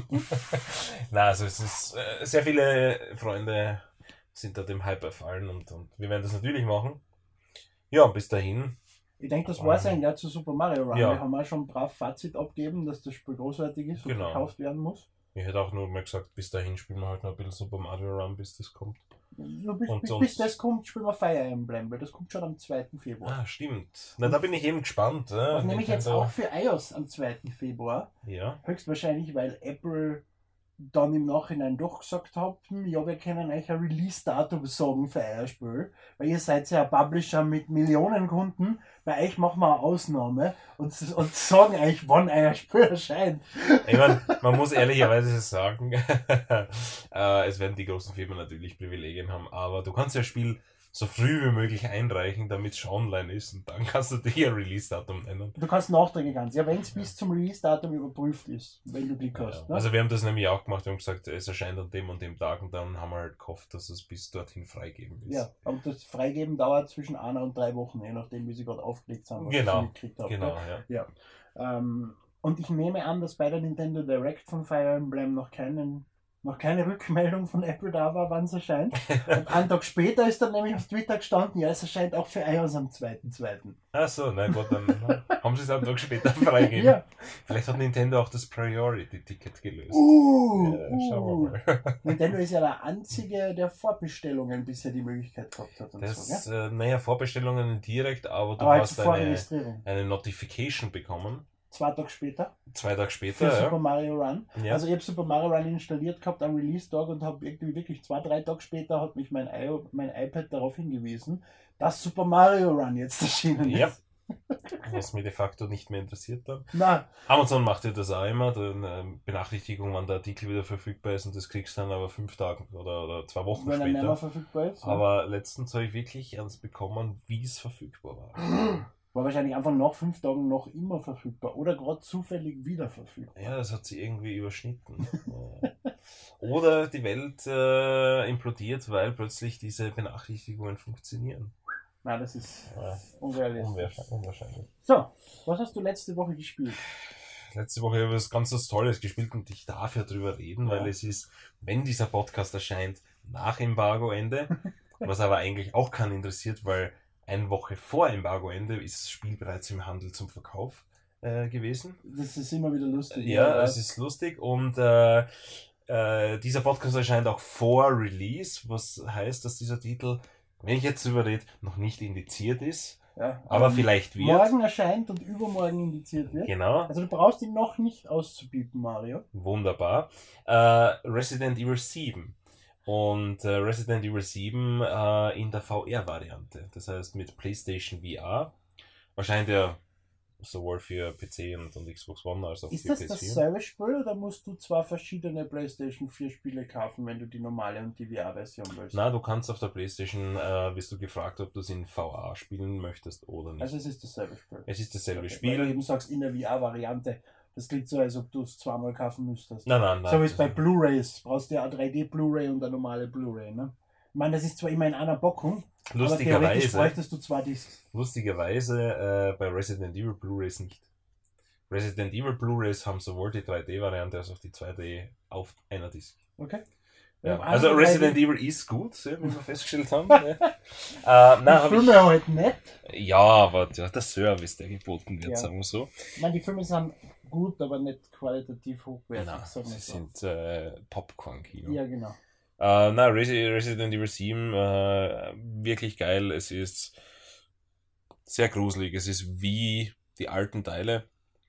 Nein, also es ist äh, sehr viele Freunde sind da dem Hype erfallen und, und wir werden das natürlich machen. Ja, bis dahin. Ich denke, das war es eigentlich auch zu Super Mario Run. Ja. Wir haben auch schon brav Fazit abgegeben, dass das Spiel großartig ist und Genau. verkauft werden muss. Ich hätte auch nur mal gesagt, bis dahin spielen wir halt noch ein bisschen Super Mario Run, bis das kommt. Nur bis, Und bis, sonst- bis das kommt, spielen wir Fire Emblem, weil das kommt schon am zweiten Februar. Ah, stimmt. Na, da bin ich eben gespannt. Was Ja, nämlich jetzt Nintendo- auch für iOS am zweiten Februar. Ja. Höchstwahrscheinlich, weil Apple dann im Nachhinein doch gesagt hat, hm, ja, wir können euch ein Release-Datum sagen für euer Spiel, weil ihr seid ja ein Publisher mit Millionen Kunden, bei euch machen wir eine Ausnahme und, und sagen euch, wann euer Spiel erscheint. Ich meine, man muss ehrlicherweise sagen, äh, es werden die großen Firmen natürlich Privilegien haben, aber du kannst ja das Spiel so früh wie möglich einreichen, damit es schon online ist und dann kannst du dir ein Release-Datum nennen. Du kannst nachträglich ganz, ja, wenn es bis zum Release-Datum überprüft ist, wenn du Glück Ja, hast. Ne? also wir haben das nämlich auch gemacht, wir haben gesagt, es erscheint an dem und dem Tag und dann haben wir halt gehofft, dass es bis dorthin freigeben ist. Ja, aber das Freigeben dauert zwischen einer und drei Wochen, je nachdem, wie sie gerade aufgelegt haben. was ich Genau, so mitgekriegt habe, Genau, gell? ja. Ähm, und ich nehme an, dass bei der Nintendo Direct von Fire Emblem noch, keinen, noch keine Rückmeldung von Apple da war, wann es erscheint. Und einen Tag später ist dann nämlich auf Twitter gestanden, ja, es erscheint auch für iOS am zweiten zweiten Ach so, na gut, dann haben sie es einen Tag später freigegeben. Ja. Vielleicht hat Nintendo auch das Priority-Ticket gelöst. Uh, ja, schauen uh. wir mal. Nintendo ist ja der einzige, der Vorbestellungen bisher die Möglichkeit gehabt hat. Und Das, so, gell? äh, naja, Vorbestellungen direkt, aber du Aber halt hast eine, Vorregistrierung. eine Notification bekommen. Zwei Tage später. Zwei Tage Für später, Super ja. Mario Run. ja. Also ich habe Super Mario Run installiert gehabt am Release-Tag und habe irgendwie wirklich zwei, drei Tage später hat mich mein, I- mein iPad darauf hingewiesen, dass Super Mario Run jetzt erschienen ist. Ja. Was mich de facto nicht mehr interessiert dann. Na, Amazon macht ja das auch immer, dann ähm, Benachrichtigung, wann der Artikel wieder verfügbar ist und das kriegst du dann aber fünf Tage oder, oder zwei Wochen wenn er nicht mehr später. verfügbar ist. ja. Aber letztens habe ich wirklich eins bekommen, wie es verfügbar war. War wahrscheinlich einfach nach fünf Tagen noch immer verfügbar oder gerade zufällig wieder verfügbar. Ja, das hat sie irgendwie überschnitten. Ja. Oder die Welt äh, implodiert, weil plötzlich diese Benachrichtigungen funktionieren. Nein, das ist Ja. unrealistisch. Unwahrscheinlich. unwahrscheinlich. So, was hast du letzte Woche gespielt? Letzte Woche habe ich was ganz was Tolles gespielt und ich darf ja drüber reden, Ja. weil es ist, wenn dieser Podcast erscheint, nach Embargoende, was aber eigentlich auch keinen interessiert, weil eine Woche vor Embargoende ist das Spiel bereits im Handel zum Verkauf äh, gewesen. Das ist immer wieder lustig. Ja, es ist lustig und äh, äh, dieser Podcast erscheint auch vor Release, was heißt, dass dieser Titel, wenn ich jetzt drüber rede, noch nicht indiziert ist, ja, aber ähm, vielleicht wird. morgen erscheint und übermorgen indiziert wird. Genau, Also du brauchst ihn noch nicht auszubieten, Mario. wunderbar. Äh, Resident Evil sieben. Und äh, Resident Evil sieben äh, in der V R-Variante. Das heißt mit PlayStation V R. Wahrscheinlich ja sowohl für P C und, und Xbox One als auch Ist für das P S vier. dasselbe Spiel oder musst du zwei verschiedene PlayStation vier Spiele kaufen, wenn du die normale und die V R-Version willst? Na, du kannst auf der PlayStation, äh, wirst du gefragt, ob du es in V R spielen möchtest oder nicht. Also es ist dasselbe Spiel. es ist dasselbe Okay, weil du Spiel. eben sagst, in der V R-Variante. Das klingt so, als ob du es zweimal kaufen müsstest. Nein, nein, nein. So wie es bei Blu-Rays. Brauchst du ja eine drei D Blu-Ray und eine normale Blu-Ray. Ne? Ich meine, das ist zwar immer in einer Packung, aber theoretisch Lustigerweise, bräuchtest du zwei Discs. lustigerweise äh, bei Resident Evil Blu-rays nicht. Resident Evil Blu-rays haben sowohl die drei D-Variante als auch die zwei D auf einer Disc. Okay? Ja, Ja, also andere Resident drei D Evil ist gut, ja, wie wir festgestellt haben. ja. äh, nein, Die hab Filme halt nicht. ich, ja, aber ja, der Service, der geboten wird, Ja. sagen wir so. Ich meine, die Filme sind gut, aber nicht qualitativ hochwertig. Nein, sagen wir sie so. sind äh, Popcorn-Kino. Ja, genau. Äh, na, Resi- Resident Evil sieben, äh, wirklich geil. Es ist sehr gruselig. Es ist wie die alten Teile.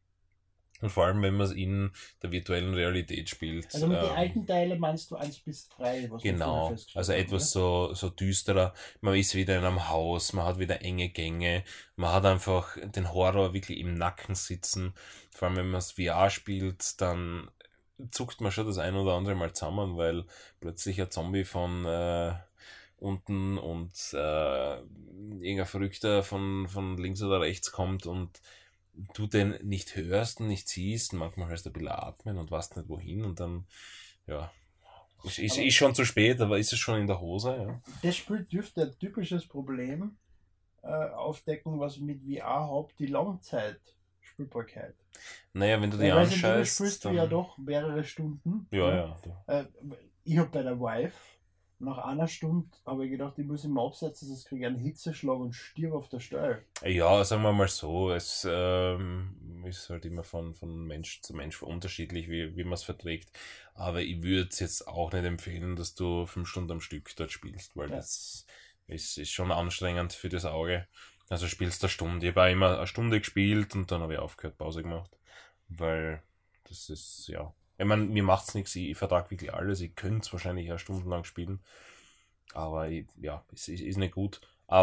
Und vor allem, wenn man es in der virtuellen Realität spielt. Also mit den ähm, alten Teilen meinst du eins bis drei, was wir Genau, vorher festgestellt also haben, etwas so, so düsterer. Man ist wieder in einem Haus, man hat wieder enge Gänge, man hat einfach den Horror wirklich im Nacken sitzen. Vor allem, wenn man es V R spielt, dann zuckt man schon das ein oder andere Mal zusammen, weil plötzlich ein Zombie von äh, unten und äh, irgendein Verrückter von, von links oder rechts kommt und du den nicht hörst und nicht siehst. Und manchmal hörst du ein bisschen atmen und weißt nicht wohin und dann, ja, ist, ist, Aber- ist schon zu spät, aber ist es schon in der Hose, ja. Das Spiel dürfte ein typisches Problem äh, aufdecken, was mit V R habt, die Langzeitspieler Spielbarkeit. Naja, wenn du die Weil Resident Evil anschaust. spielst du dann- ja doch mehrere Stunden. Ja, ja. Äh, ich habe bei der Wife nach einer Stunde habe ich gedacht, ich muss ihn mal absetzen, sonst kriege ich einen Hitzeschlag und stirb auf der Stelle. Ja, sagen wir mal so, es ähm, ist halt immer von, von Mensch zu Mensch unterschiedlich, wie, wie man es verträgt. Aber ich würde es jetzt auch nicht empfehlen, dass du fünf Stunden am Stück dort spielst, weil Ja. das ist, ist schon anstrengend für das Auge. Also spielst du eine Stunde. Ich habe auch immer eine Stunde gespielt und dann habe ich aufgehört, Pause gemacht. Weil das ist, ja. Ich meine, mir macht es nichts, ich, ich vertrage wirklich alles. Ich könnte es wahrscheinlich auch stundenlang spielen. Aber ich, ja, es ist, ist nicht gut.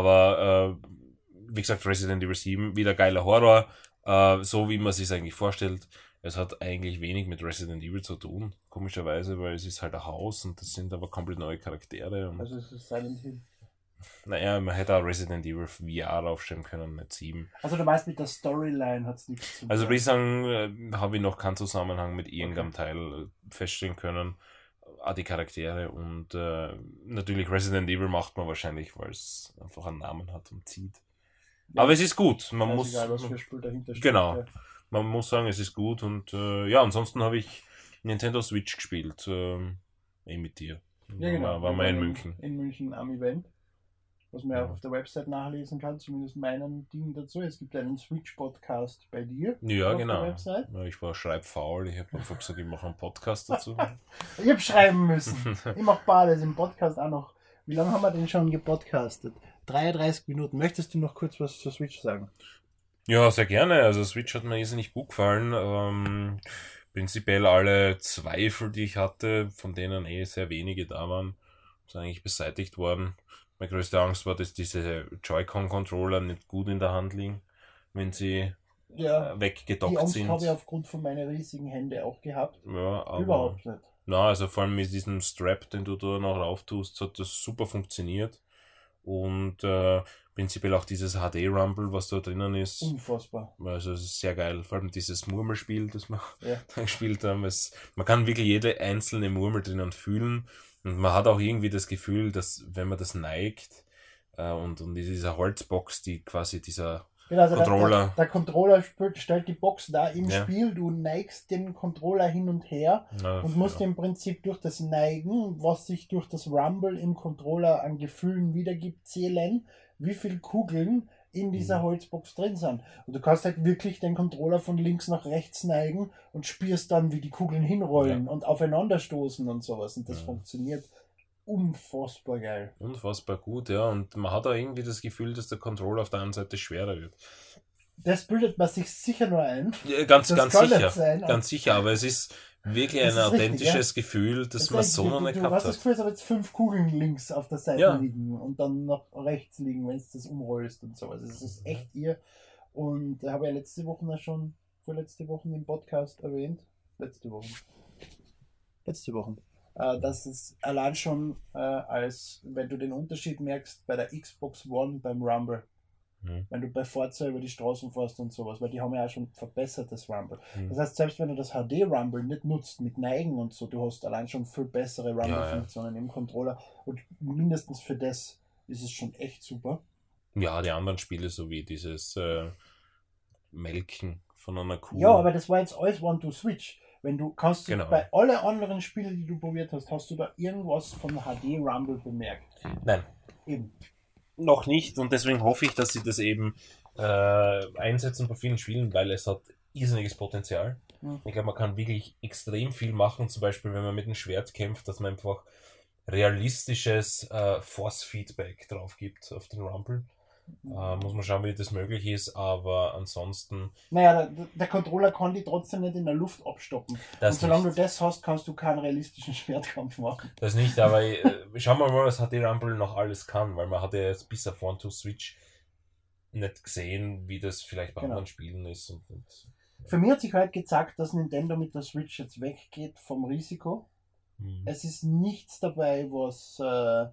Aber äh, wie gesagt, Resident Evil sieben, wieder geiler Horror. Äh, so wie man sich eigentlich vorstellt. Es hat eigentlich wenig mit Resident Evil zu tun, komischerweise, weil es ist halt ein Haus und das sind aber komplett neue Charaktere. Und, Also es ist Silent Hill. naja, man hätte auch Resident Evil V R aufstellen können, nicht sieben. Also du meinst, mit der Storyline hat es nichts zu tun. Also würde ich sagen, äh, habe ich noch keinen Zusammenhang mit irgendeinem Teil äh, feststellen können. Auch die Charaktere und äh, natürlich Resident Evil macht man wahrscheinlich, weil es einfach einen Namen hat und zieht. Ja. Aber es ist gut. Man Weiß muss, egal, was für ein Spiel dahinter steht. genau. Ja. Man muss sagen, es ist gut und äh, ja, ansonsten habe ich Nintendo Switch gespielt. Ähm, eh mit dir. Ja, genau. War, war Wir mal in waren München. In München am Event, was man Ja. auch auf der Website nachlesen kann, zumindest meinen Ding dazu. Es gibt einen Switch-Podcast bei dir Ja, auf genau. der Website. Ja, ich war schreibfaul. Ich habe einfach gesagt, ich mache einen Podcast dazu. Ich habe schreiben müssen. Ich mache beides im Podcast auch noch. Wie lange haben wir denn schon gepodcastet? dreiunddreißig Minuten. Möchtest du noch kurz was zur Switch sagen? Ja, sehr gerne. Also Switch hat mir irrsinnig gut gefallen. Ähm, prinzipiell alle Zweifel, die ich hatte, von denen eh sehr wenige da waren, sind eigentlich beseitigt worden. Meine größte Angst war, dass diese Joy-Con-Controller nicht gut in der Hand liegen, wenn sie Ja, äh, die weggedockt Angst sind. habe ich aufgrund von meinen riesigen Händen auch gehabt. Ja, aber Überhaupt nicht. na, also vor allem mit diesem Strap, den du da noch rauf tust, hat das super funktioniert. Und äh, prinzipiell auch dieses H D-Rumble, was da drinnen ist. Unfassbar. Also es ist sehr geil. Vor allem dieses Murmelspiel, das wir Ja. da gespielt haben. Es, man kann wirklich jede einzelne Murmel drinnen fühlen. Und man hat auch irgendwie das Gefühl, dass wenn man das neigt äh, und, und diese Holzbox, die quasi dieser Genau, also Controller. Der, der, der Controller spielt, stellt die Box da im Ja. Spiel, du neigst den Controller hin und her na, und musst ja. im Prinzip durch das Neigen, was sich durch das Rumble im Controller an Gefühlen wiedergibt, zählen, wie viele Kugeln in dieser Mhm. Holzbox drin sind. Und du kannst halt wirklich den Controller von links nach rechts neigen und spürst dann, wie die Kugeln hinrollen und aufeinanderstoßen und sowas. Und das Ja. funktioniert unfassbar geil. Unfassbar gut, ja. Und man hat auch irgendwie das Gefühl, dass der Controller auf der anderen Seite schwerer wird. Das bildet man sich sicher nur ein. Ja, ganz, Das ganz kann sicher. nicht sein, aber- ganz sicher, aber es ist wirklich Das ein ist richtig, authentisches Gefühl, das Das man heißt, so du, noch du, nicht du gehabt hast das hat. Gefühl, es haben jetzt fünf Kugeln links auf der Seite Ja. liegen und dann noch rechts liegen, wenn du das umrollst und sowas. Es ist echt ihr. Und da habe ich ja letzte Woche noch schon, vorletzte Woche im Podcast erwähnt. Letzte Woche. Letzte Woche. Äh, dass es allein schon, äh, als wenn du den Unterschied merkst bei der Xbox One beim Rumble, Mhm. wenn du bei Forza über die Straßen fährst und sowas, weil die haben ja auch schon verbessert, das Rumble. Mhm. Das heißt, selbst wenn du das H D-Rumble nicht nutzt mit Neigen und so, du hast allein schon viel bessere Rumble-Funktionen im Controller und mindestens für das ist es schon echt super. Ja, die anderen Spiele, so wie dieses äh, Melken von einer Kuh. Ja, aber das war jetzt alles One-to-Switch. Wenn du kannst du Genau. bei alle anderen Spielen, die du probiert hast, hast du da irgendwas von H D-Rumble bemerkt? Nein, Eben. noch nicht. Und deswegen hoffe ich, dass sie das eben äh, einsetzen bei vielen Spielen, weil es hat irrsinniges Potenzial. Mhm. Ich glaube, man kann wirklich extrem viel machen, zum Beispiel, wenn man mit dem Schwert kämpft, dass man einfach realistisches äh, Force-Feedback drauf gibt auf den Rumble. Äh, muss man schauen, wie das möglich ist, aber ansonsten Naja, der, der Controller kann die trotzdem nicht in der Luft abstoppen. das und solange nicht. du das hast, kannst du keinen realistischen Schwertkampf machen. Das nicht, aber äh, schauen wir mal, was H D Rumble noch alles kann, weil man hat ja jetzt bis auf One to Switch nicht gesehen, wie das vielleicht bei Genau. anderen Spielen ist. Und, und Für mich hat sich heute gezeigt, dass Nintendo mit der Switch jetzt weggeht vom Risiko. hm. Es ist nichts dabei, was, äh,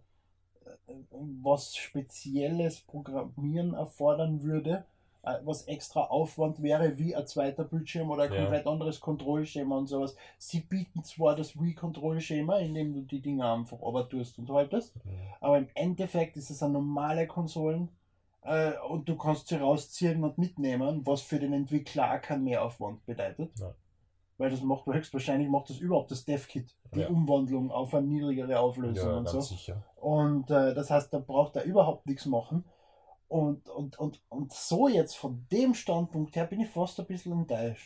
was spezielles Programmieren erfordern würde, äh, was extra Aufwand wäre, wie ein zweiter Bildschirm oder ein Ja. komplett anderes Kontrollschema und sowas. Sie bieten zwar das Wii-Kontrollschema, indem du die Dinger einfach runter tust und haltest, aber im Endeffekt ist es eine normale Konsolen, äh, und du kannst sie rausziehen und mitnehmen, was für den Entwickler auch keinen Mehraufwand bedeutet. Ja. Weil das macht höchstwahrscheinlich macht das überhaupt das Dev-Kit, die Ja. Umwandlung auf eine niedrigere Auflösung Ja, und ganz so. sicher. Und äh, das heißt, da braucht er überhaupt nichts machen. Und, und, und, und so jetzt von dem Standpunkt her bin ich fast ein bisschen enttäuscht.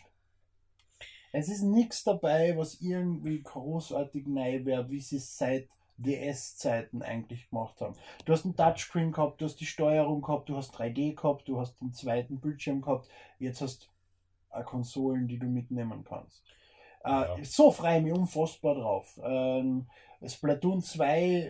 Es ist nichts dabei, was irgendwie großartig neu wäre, wie sie es seit D S-Zeiten eigentlich gemacht haben. Du hast einen Touchscreen gehabt, du hast die Steuerung gehabt, du hast drei D gehabt, du hast den zweiten Bildschirm gehabt, jetzt hast du Konsolen, die du mitnehmen kannst. Ja. Äh, so freue ich mich unfassbar drauf. Ähm, Splatoon zwei,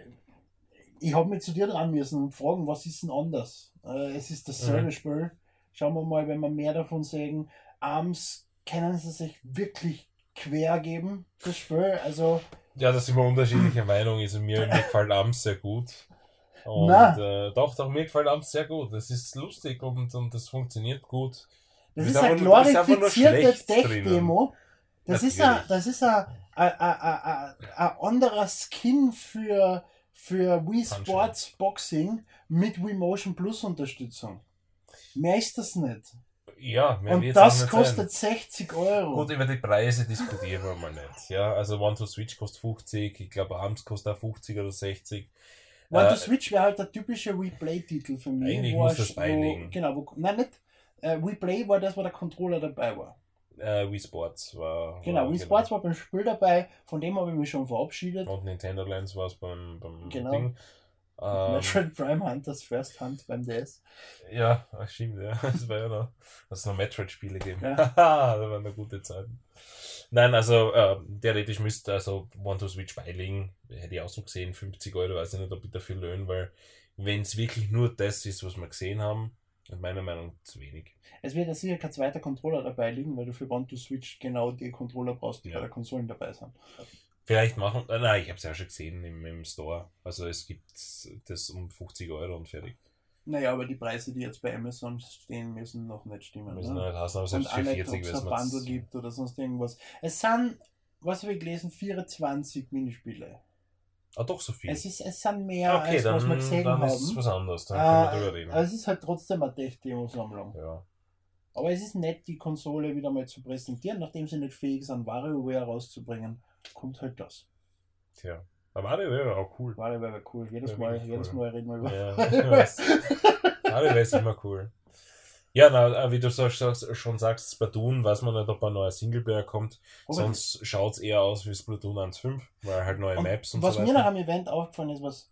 ich habe mich zu dir dran müssen und fragen, was ist denn anders? Äh, es ist dasselbe Mhm. Spiel. Schauen wir mal, wenn wir mehr davon sehen. Arms können sie sich wirklich quer geben, das Spiel. Also, Ja, da sind wir unterschiedlicher Meinung. Also mir, mir gefällt Amps sehr gut. Und Na. äh, doch, doch, mir gefällt Amps sehr gut. Es ist lustig und, und das funktioniert gut. Du das bist ist eine einfach nur- du bist einfach nur glorifizierte schlecht Tech-Demo. Das ist ein, Natürlich. das ist ein, ein, ein, ein, ein anderer Skin für, für Wii Punch-Out. Sports Boxing mit Wii Motion Plus Unterstützung. Mehr ist das nicht. Ja, mehr Und wird's auch das nicht kostet sein. sechzig Euro. Gut, über die Preise diskutieren wir mal nicht. Ja, also One to Switch kostet fünfzig, ich glaube Arms kostet auch fünfzig oder sechzig. One to Äh, Switch wäre halt der typische Wii Play-Titel für mich. Eigentlich wo muss er- das wo, beilegen. Genau, wo, nein, nicht. Äh, Wii Play war das, wo der Controller dabei war. Äh, Wii Sports war. Genau, war, Wii Sports war beim Spiel dabei, von dem habe ich mich schon verabschiedet. Und Nintendo Lands war es beim, beim Genau. Ding. Ähm, Metroid Prime Hunters First Hunt beim D S. ja, ach, stimmt, ja. Das war ja noch. Dass es noch Metroid-Spiele gegeben. Ja. Haha, da waren noch gute Zeiten. Nein, also äh, theoretisch müsste also One to Switch beilegen. Hätte ich auch so gesehen, fünfzig Euro, weiß ich nicht, ob ich dafür löhne, weil wenn es wirklich nur das ist, was wir gesehen haben, in meiner Meinung zu wenig. Es wird ja sicher kein zweiter Controller dabei liegen, weil du für One to Switch genau die Controller brauchst, die Ja. bei der Konsolen dabei sind. Vielleicht machen, äh, nein, ich habe es ja schon gesehen im, im Store. Also es gibt das um fünfzig Euro und fertig. Naja, aber die Preise, die jetzt bei Amazon stehen, müssen noch nicht stimmen. Müssen Ne? nicht heißen, aber Und selbst auch für nicht, ob vierzig es weiß ein man Bundle gibt oder sonst irgendwas. Es sind, was habe ich gelesen, vierundzwanzig Minispiele. Ah, doch so viel. Es, ist, es sind mehr, Okay, als was wir dann, gesehen dann haben. ist es was anderes. Dann können wir drüber Äh, reden. also es ist halt trotzdem eine Tech-Demo-Sammlung. Ja. Aber es ist nett, die Konsole wieder mal zu präsentieren, nachdem sie nicht fähig sind, WarioWare rauszubringen. Kommt halt das. Tja. Aber Mario wäre auch cool. WarioWare wäre cool. Jedes, Ja, Mal, wirklich jedes cool. Mal reden wir über Ja, ich weiß. Mario wäre immer cool. Ja, na, wie du so, so, schon sagst, Splatoon, weiß man nicht, ob ein neuer Singleplayer kommt. Aber Sonst schaut es eher aus wie Splatoon eins Punkt fünf, weil halt neue Und Maps und was so mir nach weiter. am Event aufgefallen ist, was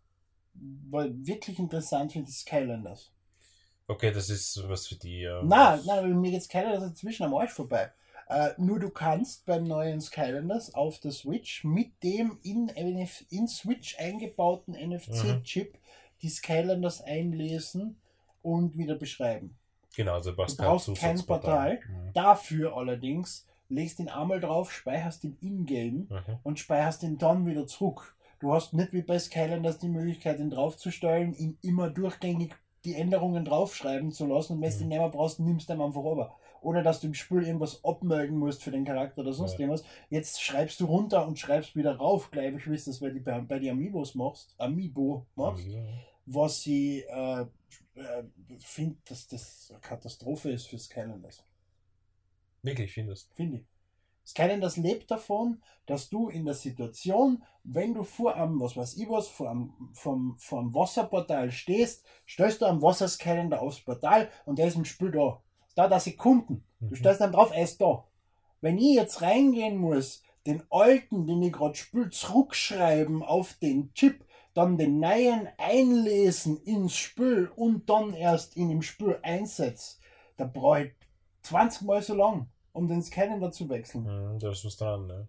was wirklich interessant finde, ist Skylanders. Okay, das ist was für die. Äh, Nein, nein, mir geht Skylanders inzwischen am Arsch vorbei. Äh, nur du kannst beim neuen Skylanders auf der Switch mit dem in, in Switch eingebauten N F C-Chip die Skylanders einlesen und wieder beschreiben. Genau, also du brauchst, Du brauchst kein kein Zusatzportal. Portal. Dafür allerdings legst ihn einmal drauf, speicherst ihn in-game Mhm. Mhm. und speicherst ihn dann wieder zurück. Du hast nicht wie bei Skylanders die Möglichkeit, ihn draufzustellen, ihn immer durchgängig die Änderungen draufschreiben zu lassen und wenn du Mhm. den nicht mehr brauchst, nimmst du ihn einfach runter. Oder dass du im Spiel irgendwas abmelden musst für den Charakter oder sonst Ja. irgendwas. Jetzt schreibst du runter und schreibst wieder rauf, gleich wie du das bei, bei, bei die Amiibos machst, Amiibo machst, Ja. was ich äh, äh, finde, dass das eine Katastrophe ist für Skylanders. Wirklich, findest Finde ich. Skylanders lebt davon, dass du in der Situation, wenn du vor einem, was weiß ich was, vor einem, vom, vom Wasserportal stehst, stellst du am Wasser Skylander aufs Portal und der ist im Spiel da. Es dauert da Sekunden. Du Mhm. stellst dann drauf, er ist da. Wenn ich jetzt reingehen muss, den alten, den ich gerade spiele, zurückschreiben auf den Chip, dann den neuen einlesen ins Spiel und dann erst ihn im Spiel einsetze, da brauche ich zwanzig Mal so lang, um den Skylander zu wechseln. Mhm, da ist was dran, ne?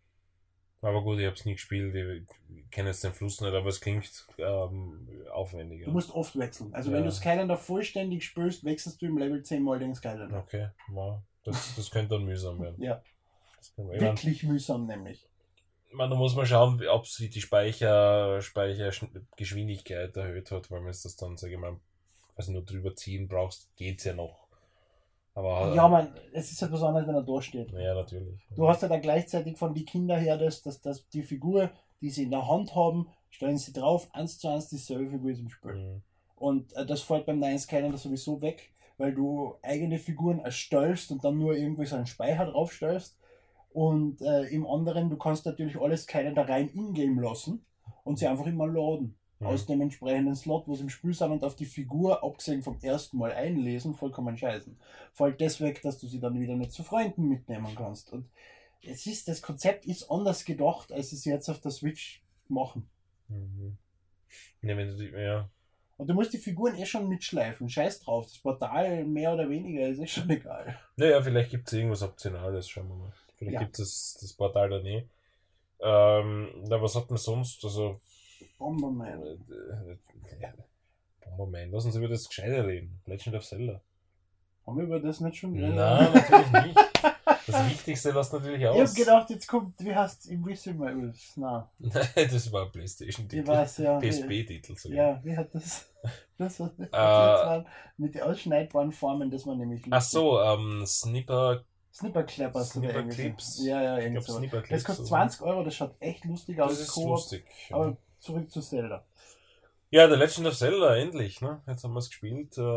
Aber gut, ich hab's nie gespielt, ich kenne jetzt den Fluss nicht, aber es klingt ähm, aufwendiger. Du musst oft wechseln. Also Ja. wenn du Skylander vollständig spielst, wechselst du im Level zehn Mal den Skylander. Okay, wow. das, das könnte dann mühsam werden. Ja, Das kann man, ich mein, wirklich mühsam nämlich. man, da muss man schauen, ob sie die Speicher, Speichergeschwindigkeit erhöht hat, weil wenn du das dann, sage ich mal, also nur drüber ziehen brauchst, geht's ja noch. Aber Ja, man, es ist halt was anderes, wenn er da steht. ja, natürlich. Du hast ja da gleichzeitig von die Kinder her, dass, dass, dass die Figur, die sie in der Hand haben, stellen sie drauf, eins zu eins dieselbe Figur ist im Spiel. Mhm. Und äh, das fällt beim neuen Skylander sowieso weg, weil du eigene Figuren erstellst und dann nur irgendwie so einen Speicher draufstellst. Und äh, im anderen, du kannst natürlich alles Skylander rein in-game lassen und sie einfach immer laden. Mhm. Aus dem entsprechenden Slot, wo sie im Spiel sind und auf die Figur, abgesehen vom ersten Mal einlesen, vollkommen scheißen. Fällt das weg, dass du sie dann wieder nicht zu Freunden mitnehmen kannst. Und es ist, das Konzept ist anders gedacht, als sie es jetzt auf der Switch machen. Mhm. Ja, wenn du die, ja. Und du musst die Figuren eh schon mitschleifen. Scheiß drauf. Das Portal mehr oder weniger ist eh schon egal. Naja, vielleicht gibt es irgendwas Optionales, schauen wir mal. Vielleicht Ja. gibt es das, das Portal dann eh. Ähm, na, was hat man sonst? Also. Bomberman. Äh, äh, Bomberman, lassen Sie über das Gescheite reden. Legend of Zelda. Haben wir über das nicht schon geredet? Nein, natürlich nicht. Das Wichtigste lass natürlich Ich aus. hab gedacht, jetzt kommt, wie heißt es, Invisibles? Nein, Nein, das war ein PlayStation-Titel. ich weiß ja. P S P-Titel sogar. Ja, wie hat das? Das was das Äh, waren mit den ausschneidbaren Formen, das war nämlich Ach so, ähm, Snipper. Snipper Clappers oder Snipper irgendwie so. Clips. Ja, ja, Ich irgendwie glaube, so. Snipper Das Clips. kostet oder so. zwanzig Euro, das schaut echt lustig aus. Das ist Koop, lustig. Ja. Aber zurück zu Zelda. Ja, The Legend of Zelda, endlich. Ne? Jetzt haben wir es gespielt. Äh,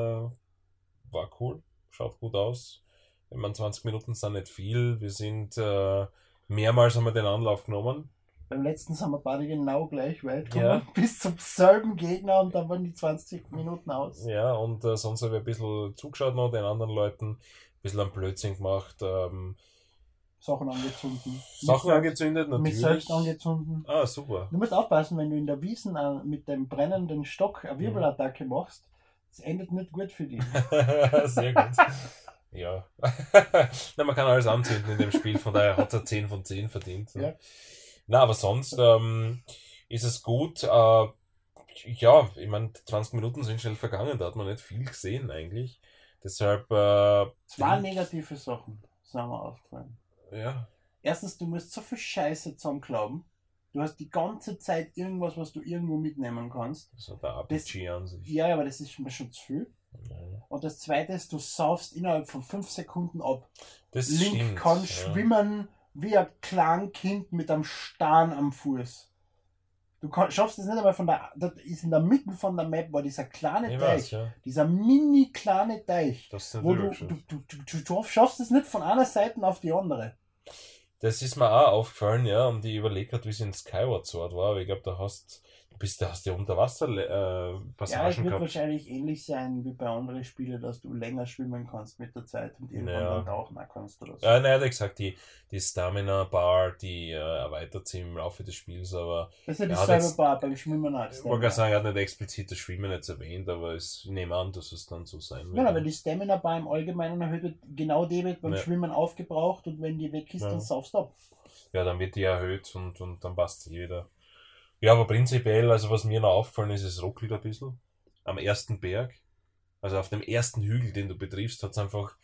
war cool. Schaut gut aus. Ich meine, zwanzig Minuten sind nicht viel. Wir sind äh, mehrmals haben wir den Anlauf genommen. Beim letzten sind wir beide genau gleich weit Ja. gekommen, bis zum selben Gegner und dann waren die zwanzig Minuten aus. Ja, und äh, sonst habe ich ein bisschen zugeschaut noch, den anderen Leuten. Ein bisschen am Blödsinn gemacht. Ähm, Sachen angezündet. Sachen Mich angezündet, selbst- Mich natürlich. selbst angezündet. Ah, super. Du musst aufpassen, wenn du in der Wiesen äh, mit dem brennenden Stock eine Wirbelattacke machst, das endet nicht gut für dich. Sehr gut. Ja. Na, man kann alles anzünden in dem Spiel, von daher hat er zehn von zehn verdient. Ja. Na, aber sonst ähm, ist es gut. Äh, ja, ich meine, zwanzig Minuten sind schnell vergangen, da hat man nicht viel gesehen eigentlich. Deshalb, äh, Zwei negative Sachen sind mir aufgefallen. ja, Erstens, du musst so viel Scheiße zusammenklauben. Du hast die ganze Zeit irgendwas, was du irgendwo mitnehmen kannst. so der R P G an sich. Ja, aber das ist mir schon zu viel. Ja. Und das zweite ist, du saufst innerhalb von fünf Sekunden ab. Das Link stimmt. kann ja. schwimmen wie ein Kleinkind mit einem Stern am Fuß. Du kann, schaffst es nicht einmal von der. Das ist in der Mitte von der Map, war dieser kleine Ich Teich. weiß, ja. Dieser mini kleine Teich. Das sind Wo du, wirklich du, du, du, du, du schaffst es nicht von einer Seite auf die andere. Das ist mir auch aufgefallen, ja, und ich überlege gerade, wie es in Skyward Sword war, aber ich glaube, da hast du bist, da hast du ja Unterwasser-Passagen äh, Ja, es Passagen wird gehabt. wahrscheinlich ähnlich sein wie bei anderen Spielen, dass du länger schwimmen kannst mit der Zeit und irgendwann Ja. dann tauchen auch kannst oder so. Ja, nein, er hat gesagt, die, die Stamina-Bar, die äh, erweitert sich im Laufe des Spiels, aber Das ist ja Ja, dieselbe das- Bar beim Schwimmen auch. ich wollte gerade sagen, er hat nicht explizit das Schwimmen jetzt erwähnt, aber es, ich nehme an, dass es dann so sein wird. Nein, aber die Stamina Bar im Allgemeinen erhöht wird, genau die wird beim Ja. Schwimmen aufgebraucht und wenn die weg ist, Ja. dann saufst du ab. Ja, dann wird die erhöht und, und dann passt sie wieder. Ja, aber prinzipiell, also was mir noch auffallen ist, es ruckelt ein bisschen. Am ersten Berg, also auf dem ersten Hügel, den du betriffst, hat es einfach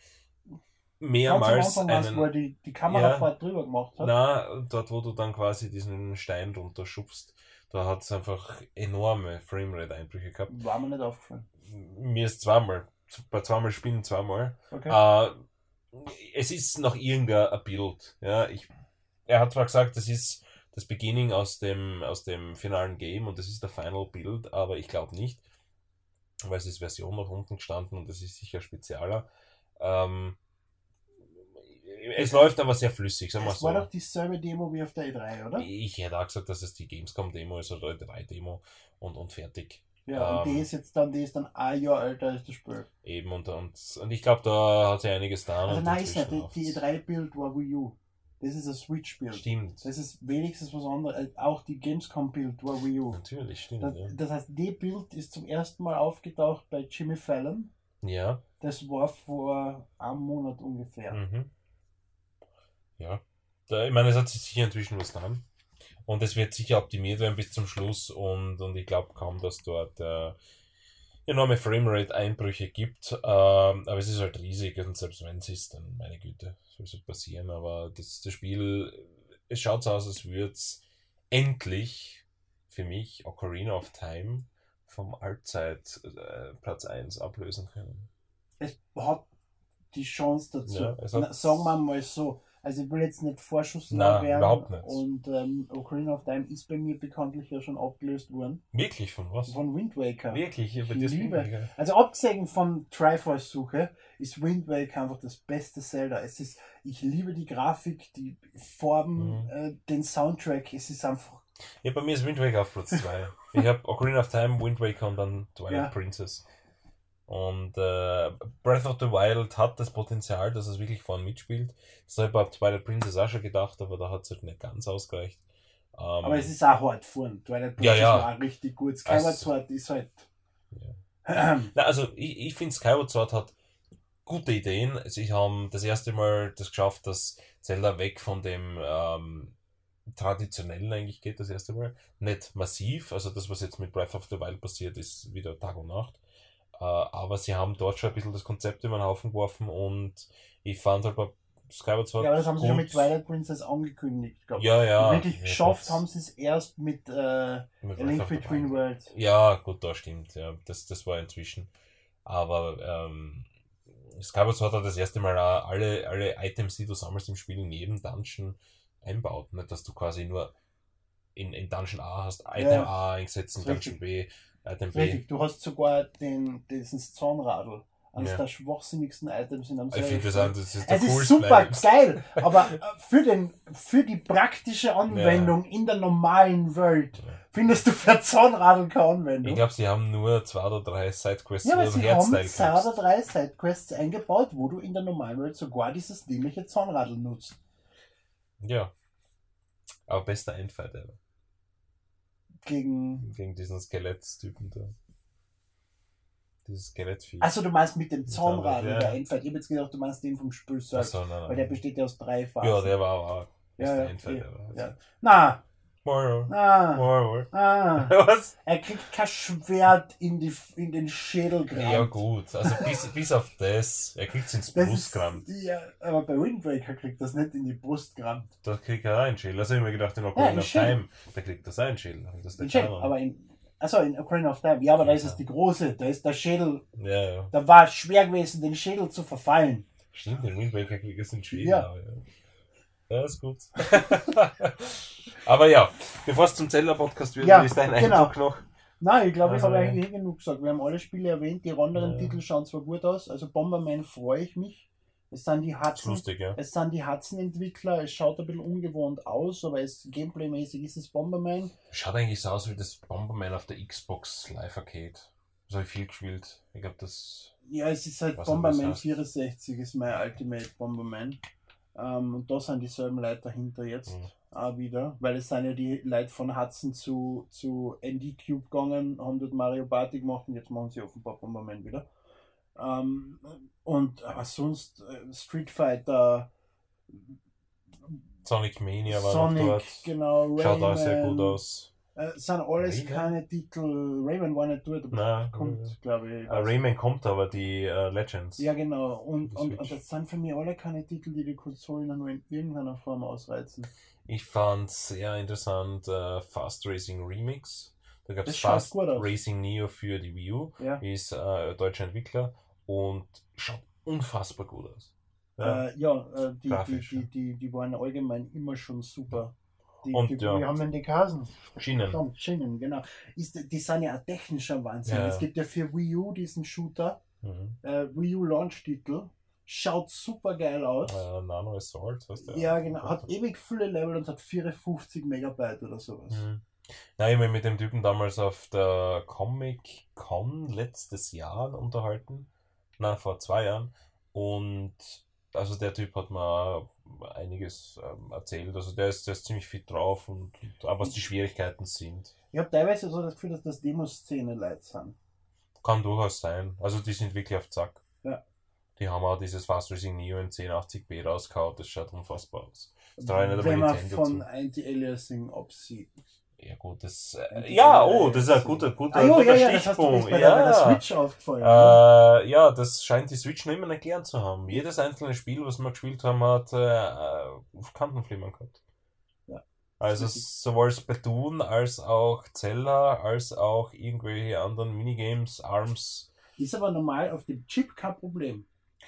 mehrmals Ganz am Anfang war's, wo er einen... die, die Kamerafahrt Ja. drüber gemacht hat. Na, dort wo du dann quasi diesen Stein drunter schubst, da hat es einfach enorme Framerate-Einbrüche gehabt. War mir nicht aufgefallen. Mir ist zweimal, bei zweimal Spielen zweimal. Okay. Äh, es ist noch irgendein Bild. Ja, ich, er hat zwar gesagt, das ist das Beginning aus dem, aus dem finalen Game und das ist der Final Build, aber ich glaube nicht, weil es ist Version noch unten gestanden und das ist sicher spezieller. Ähm, es läuft aber sehr flüssig, sagen wir Es war so. doch dieselbe Demo wie auf der E drei, oder? Ich hätte auch gesagt, dass es die Gamescom-Demo ist oder die drei Demo und, und fertig. Ja, und Ähm. die ist jetzt dann, die ist dann ein Jahr älter als das Spiel. Eben und, und, und ich glaube, da hat sich einiges da. Also und nein, ist nicht. inzwischen Die, die E drei Build war Wii U. Das ist ein Switch-Build. Stimmt. Das ist wenigstens was anderes. Äh, Auch die Gamescom-Build war Wii U. Natürlich, stimmt. Das, ja. das heißt, die Build ist zum ersten Mal aufgetaucht bei Jimmy Fallon. Ja. Das war vor einem Monat ungefähr. Mhm. Ja. Da, ich meine, es hat sich sicher inzwischen was getan. Und es wird sicher optimiert werden bis zum Schluss. Und, und ich glaube kaum, dass dort äh, enorme Framerate-Einbrüche gibt. Ähm, aber es ist halt riesig. Und selbst wenn es ist, dann meine Güte, soll es halt passieren. Aber das, das Spiel, es schaut so aus, als würde es endlich für mich Ocarina of Time vom Allzeit äh, Platz eins ablösen können. Es hat die Chance dazu. Ja, es hat- Na, sagen wir mal so, Also ich will jetzt nicht Vorschuss Nein, werden. überhaupt nicht. Und ähm, Ocarina of Time ist bei mir bekanntlich ja schon abgelöst worden. Wirklich, von was? Von Wind Waker. Wirklich, ich Ich bei dir ist liebe- Wind Waker. Also abgesehen von Triforce-Suche ist Wind Waker einfach das beste Zelda. Es ist, ich liebe die Grafik, die Farben, Mhm. äh, den Soundtrack. Es ist einfach. Ja, bei mir ist Wind Waker auf Platz zwei. Ich habe Ocarina of Time, Wind Waker und dann Twilight Ja. Princess. Und äh, Breath of the Wild hat das Potenzial, dass es wirklich vorne mitspielt. Das habe ich bei Twilight Princess auch schon gedacht, aber da hat es halt nicht ganz ausgereicht. Ähm, Aber es ist auch hart vorn. Twilight Ja, Princess ja. war auch richtig gut. Skyward Also- Sword ist halt. Ja. Na, also ich, ich finde Skyward Sword hat gute Ideen. Sie haben das erste Mal das geschafft, dass Zelda weg von dem ähm, traditionellen eigentlich geht, das erste Mal. Nicht massiv, also das, was jetzt mit Breath of the Wild passiert, ist wieder Tag und Nacht. Äh, aber sie haben dort schon ein bisschen das Konzept über den Haufen geworfen und ich fand halt bei Skyward Sword Ja, aber das haben sie gut. schon mit Twilight Princess angekündigt. Glaub. Ja, ja. Wirklich ja, geschafft das- haben sie es erst mit äh, mit A Link Breath of the Between Wild. Worlds. Ja, gut, da stimmt. Ja, das, das war inzwischen. Aber ähm, Skyward Sword hat das erste Mal auch alle, alle Items, die du sammelst im Spiel, in jedem Dungeon einbaut. Nicht, dass du quasi nur in, in Dungeon A hast, Item Ja. A eingesetzt, in Richtig. Dungeon B, Item B. Richtig, du hast sogar den, dieses Zahnradl. Eines Ja. der schwachsinnigsten Items in einem Ich finde das, Zelda-Spiel. auch- das ist der Es ist coolste super Items. geil, aber äh, für, den, für die praktische Anwendung in der normalen Welt Ja. findest du für Zahnradl keine Ich Anwendung. glaube, sie haben nur zwei oder drei Sidequests, Ja, wo aber du sie Herzteil haben zwei kriegst. oder drei Sidequests eingebaut, wo du in der normalen Welt sogar dieses dämliche Zahnradl nutzt. Ja. Aber bester Endfight ever. Gegen. Gegen diesen Skelettstypen da. Dieses Skelettvieh. Achso, du meinst mit dem Zahnradl, Ja. der Endfight. Ich hab jetzt gedacht, du meinst den vom Spiel selbst. Achso, nein, nein. Weil der besteht ja aus drei Phasen. Ja, der war auch Ja, bester ja, Endfight ja, ever. ja. Na, Mario. na, Mario. ah. Was? Er kriegt kein Schwert in, die, in den Schädel gerammt. Ja gut, also bis, bis auf das, er kriegt es ins Das Brust ist, gerammt. ja, aber bei Windbreaker kriegt das nicht in die Brust gerammt. Da kriegt er auch einen Schädel. Also ich hab mir gedacht, in Ja, Ocarina einen of Schädel. Time, da kriegt er seinen Schädel. Und das ist der In Schädel, Kanon. aber in, achso, in Ocarina of Time. Ja, aber da ist Ja. es die große. Da ist der Schädel, Ja, ja. da war es schwer gewesen, den Schädel zu verfallen. Stimmt, den Wind Waker kriegt es in Schädel. Ja. aber Ja. ja, ist gut. Aber ja, bevor es zum Zelda-Podcast wird, Ja, ist dein genau. Eindruck noch. Nein, ich glaube, ich Also, habe ja. eigentlich eh genug gesagt. Wir haben alle Spiele erwähnt, die anderen Ja. Titel schauen zwar gut aus. Also Bomberman freue ich mich. Es sind die Ist Hudson, lustig, ja. es sind die Hudson-Entwickler. Es schaut ein bisschen ungewohnt aus, aber es Gameplay-mäßig ist es Bomberman. Schaut eigentlich so aus wie das Bomberman auf der Xbox Live Arcade. Das habe ich viel gespielt. Ich glaube, das. Ja, es ist halt Was Bomberman denn das heißt? vierundsechzig, ist mein Ultimate Bomberman. Ähm, und da sind dieselben Leute dahinter jetzt Mhm. auch wieder, weil es sind ja die Leute von Hudson zu, zu N D Cube gegangen, haben dort Mario Party gemacht und jetzt machen sie offenbar Bomberman wieder. Ähm, und aber sonst äh, Street Fighter, Sonic Mania war Sonic, noch dort. genau, Schaut auch sehr Rayman, gut aus. Äh, sind alles Rayman? keine Titel. Rayman war nicht dort, aber Nein, kommt, glaube ich. äh, Rayman kommt aber, die äh, Legends. Ja, genau. Und, Die und, Switch. und das sind für mich alle keine Titel, die die Konsolen nur in irgendeiner Form ausreizen. Ich fand sehr interessant äh, Fast Racing Remix. Da gab Das es schaut Fast gut aus. Racing Neo für die Wii U. Ja. Ist äh, deutscher Entwickler und schaut unfassbar gut aus. Ja. Äh, ja, äh, die, die, Grafisch, ja. die, die, die waren allgemein immer schon super. Die, Und die, ja. Wir haben denn die Kasen. Schienen. Verdammt, Schienen, genau. Ist, die sind ja ein technischer Wahnsinn. Ja. Es gibt ja für Wii U diesen Shooter, Mhm. äh, Wii U Launch-Titel. Schaut super geil aus. Äh, Nano Assault, heißt der. Ja, genau. Hat ewig viele Level und hat vierundfünfzig Megabyte oder sowas. Mhm. Nein, ich habe mich mit dem Typen damals auf der Comic Con letztes Jahr unterhalten. Nein, vor zwei Jahren. Und also der Typ hat mir einiges ähm, erzählt. Also der ist, der ist ziemlich fit drauf und, und auch was die Schwierigkeiten sind. Ich habe teilweise so das Gefühl, dass das Demoszene-Leute sind. Kann durchaus sein. Also die sind wirklich auf Zack. Ja. Die haben auch dieses Fast Racing Neo in zehn achtzig p rausgehauen. Das schaut unfassbar aus. Das traue ich nicht Wenn einmal man Nintendo von zu. Anti-Aliasing absieht. Ja gut, das... Anti- Äh, ja, oh, das ist ein guter, guter, Ah, jo, guter ja, ja, das hast du Stichpunkt. nicht bei der, bei der Ja. Switch aufgefallen. ne? Äh, ja, das scheint die Switch noch immer nicht gelernt zu haben. Jedes einzelne Spiel, was wir gespielt haben, hat äh, Kantenflimmern gehabt. Ja. Also Das ist richtig. sowohl Splatoon als auch Zelda, als auch irgendwelche anderen Minigames, Arms. Ist aber normal auf dem Chip kein Problem.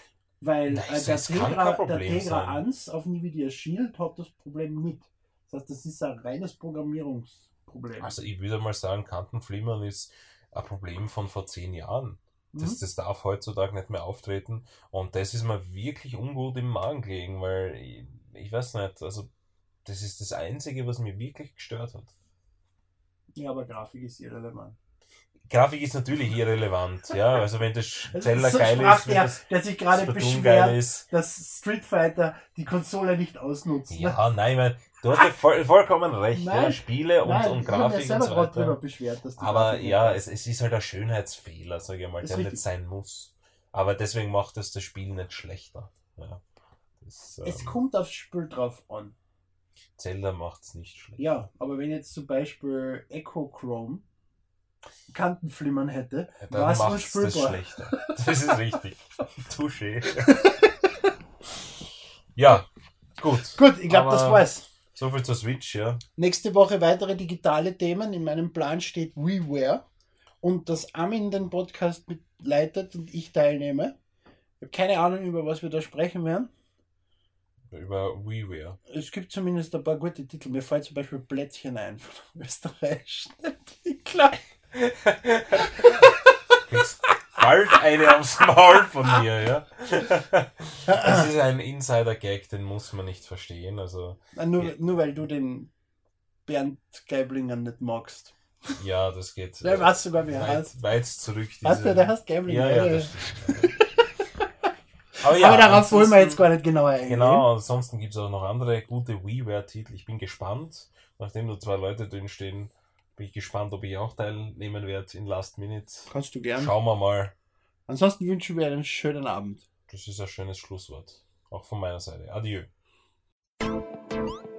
Weil Nein, äh, der, das kann kein Tegra, der Problem Tegra sein. eins auf Nvidia Shield hat das Problem mit. Das heißt, das ist ein reines Programmierungsproblem. Also ich würde mal sagen, Kantenflimmern ist ein Problem von vor zehn Jahren. Das, Mhm. das darf heutzutage nicht mehr auftreten. Und das ist mir wirklich ungut im Magen gelegen, weil ich, ich weiß nicht, also das ist das Einzige, was mich wirklich gestört hat. Ja, aber Grafik ist irrelevant. Grafik ist natürlich irrelevant, ja. Also wenn das Das Zeller so geil sprach ist, wenn der, das der sich gerade Splatoon geil beschwert, ist. dass Street Fighter die Konsole nicht ausnutzt. Ne? Ja, nein, mein, du hast ja voll, vollkommen recht. Nein, ja, Spiele und, Nein, und ich habe mich Grafik und selber so gerade drüber weiter. beschwert, dass die Aber Grafik nicht ja, passt. es, es ist halt ein Schönheitsfehler, sage ich mal, Ist der richtig. nicht sein muss. Aber deswegen macht es das Spiel nicht schlechter. Ja, das, Es ähm, kommt aufs Spiel drauf an. Zelda macht es nicht schlecht. Ja, aber wenn jetzt zum Beispiel Echo Chrome Kantenflimmern hätte, Ja, war dann es nur macht es das spielbar. schlechter. Das ist richtig. Touché. Ja, gut. Gut, ich glaube, das Aber- war's. So viel zur Switch, ja. Nächste Woche weitere digitale Themen. In meinem Plan steht WiiWare und dass Armin den Podcast mitleitet und ich teilnehme. Ich habe keine Ahnung, über was wir da sprechen werden. Über WiiWare. Es gibt zumindest ein paar gute Titel. Mir fällt zum Beispiel Plätzchen ein von österreichischen Entwicklern. Kriegst bald eine aufs Maul von mir, ja. Das ist ein Insider-Gag, den muss man nicht verstehen. Also, Nur, nur weil du den Bernd Geiblinger nicht magst. ja, das geht Der weiß sogar, wie er heißt. weit, weit zurück. Weißt du, diese- der heißt Geiblinger. Ja, ja, Ja. das stimmt. Aber, ja, Aber darauf wollen wir ansonsten- jetzt gar nicht genauer eingehen. Genau, ansonsten gibt es auch noch andere gute WiiWare-Titel. Ich bin gespannt. Nachdem nur zwei Leute drin stehen, bin ich gespannt, ob ich auch teilnehmen werde in Last Minute. Kannst du gern. Schauen wir mal. Ansonsten wünschen wir einen schönen Abend. Das ist ein schönes Schlusswort. Auch von meiner Seite. Adieu.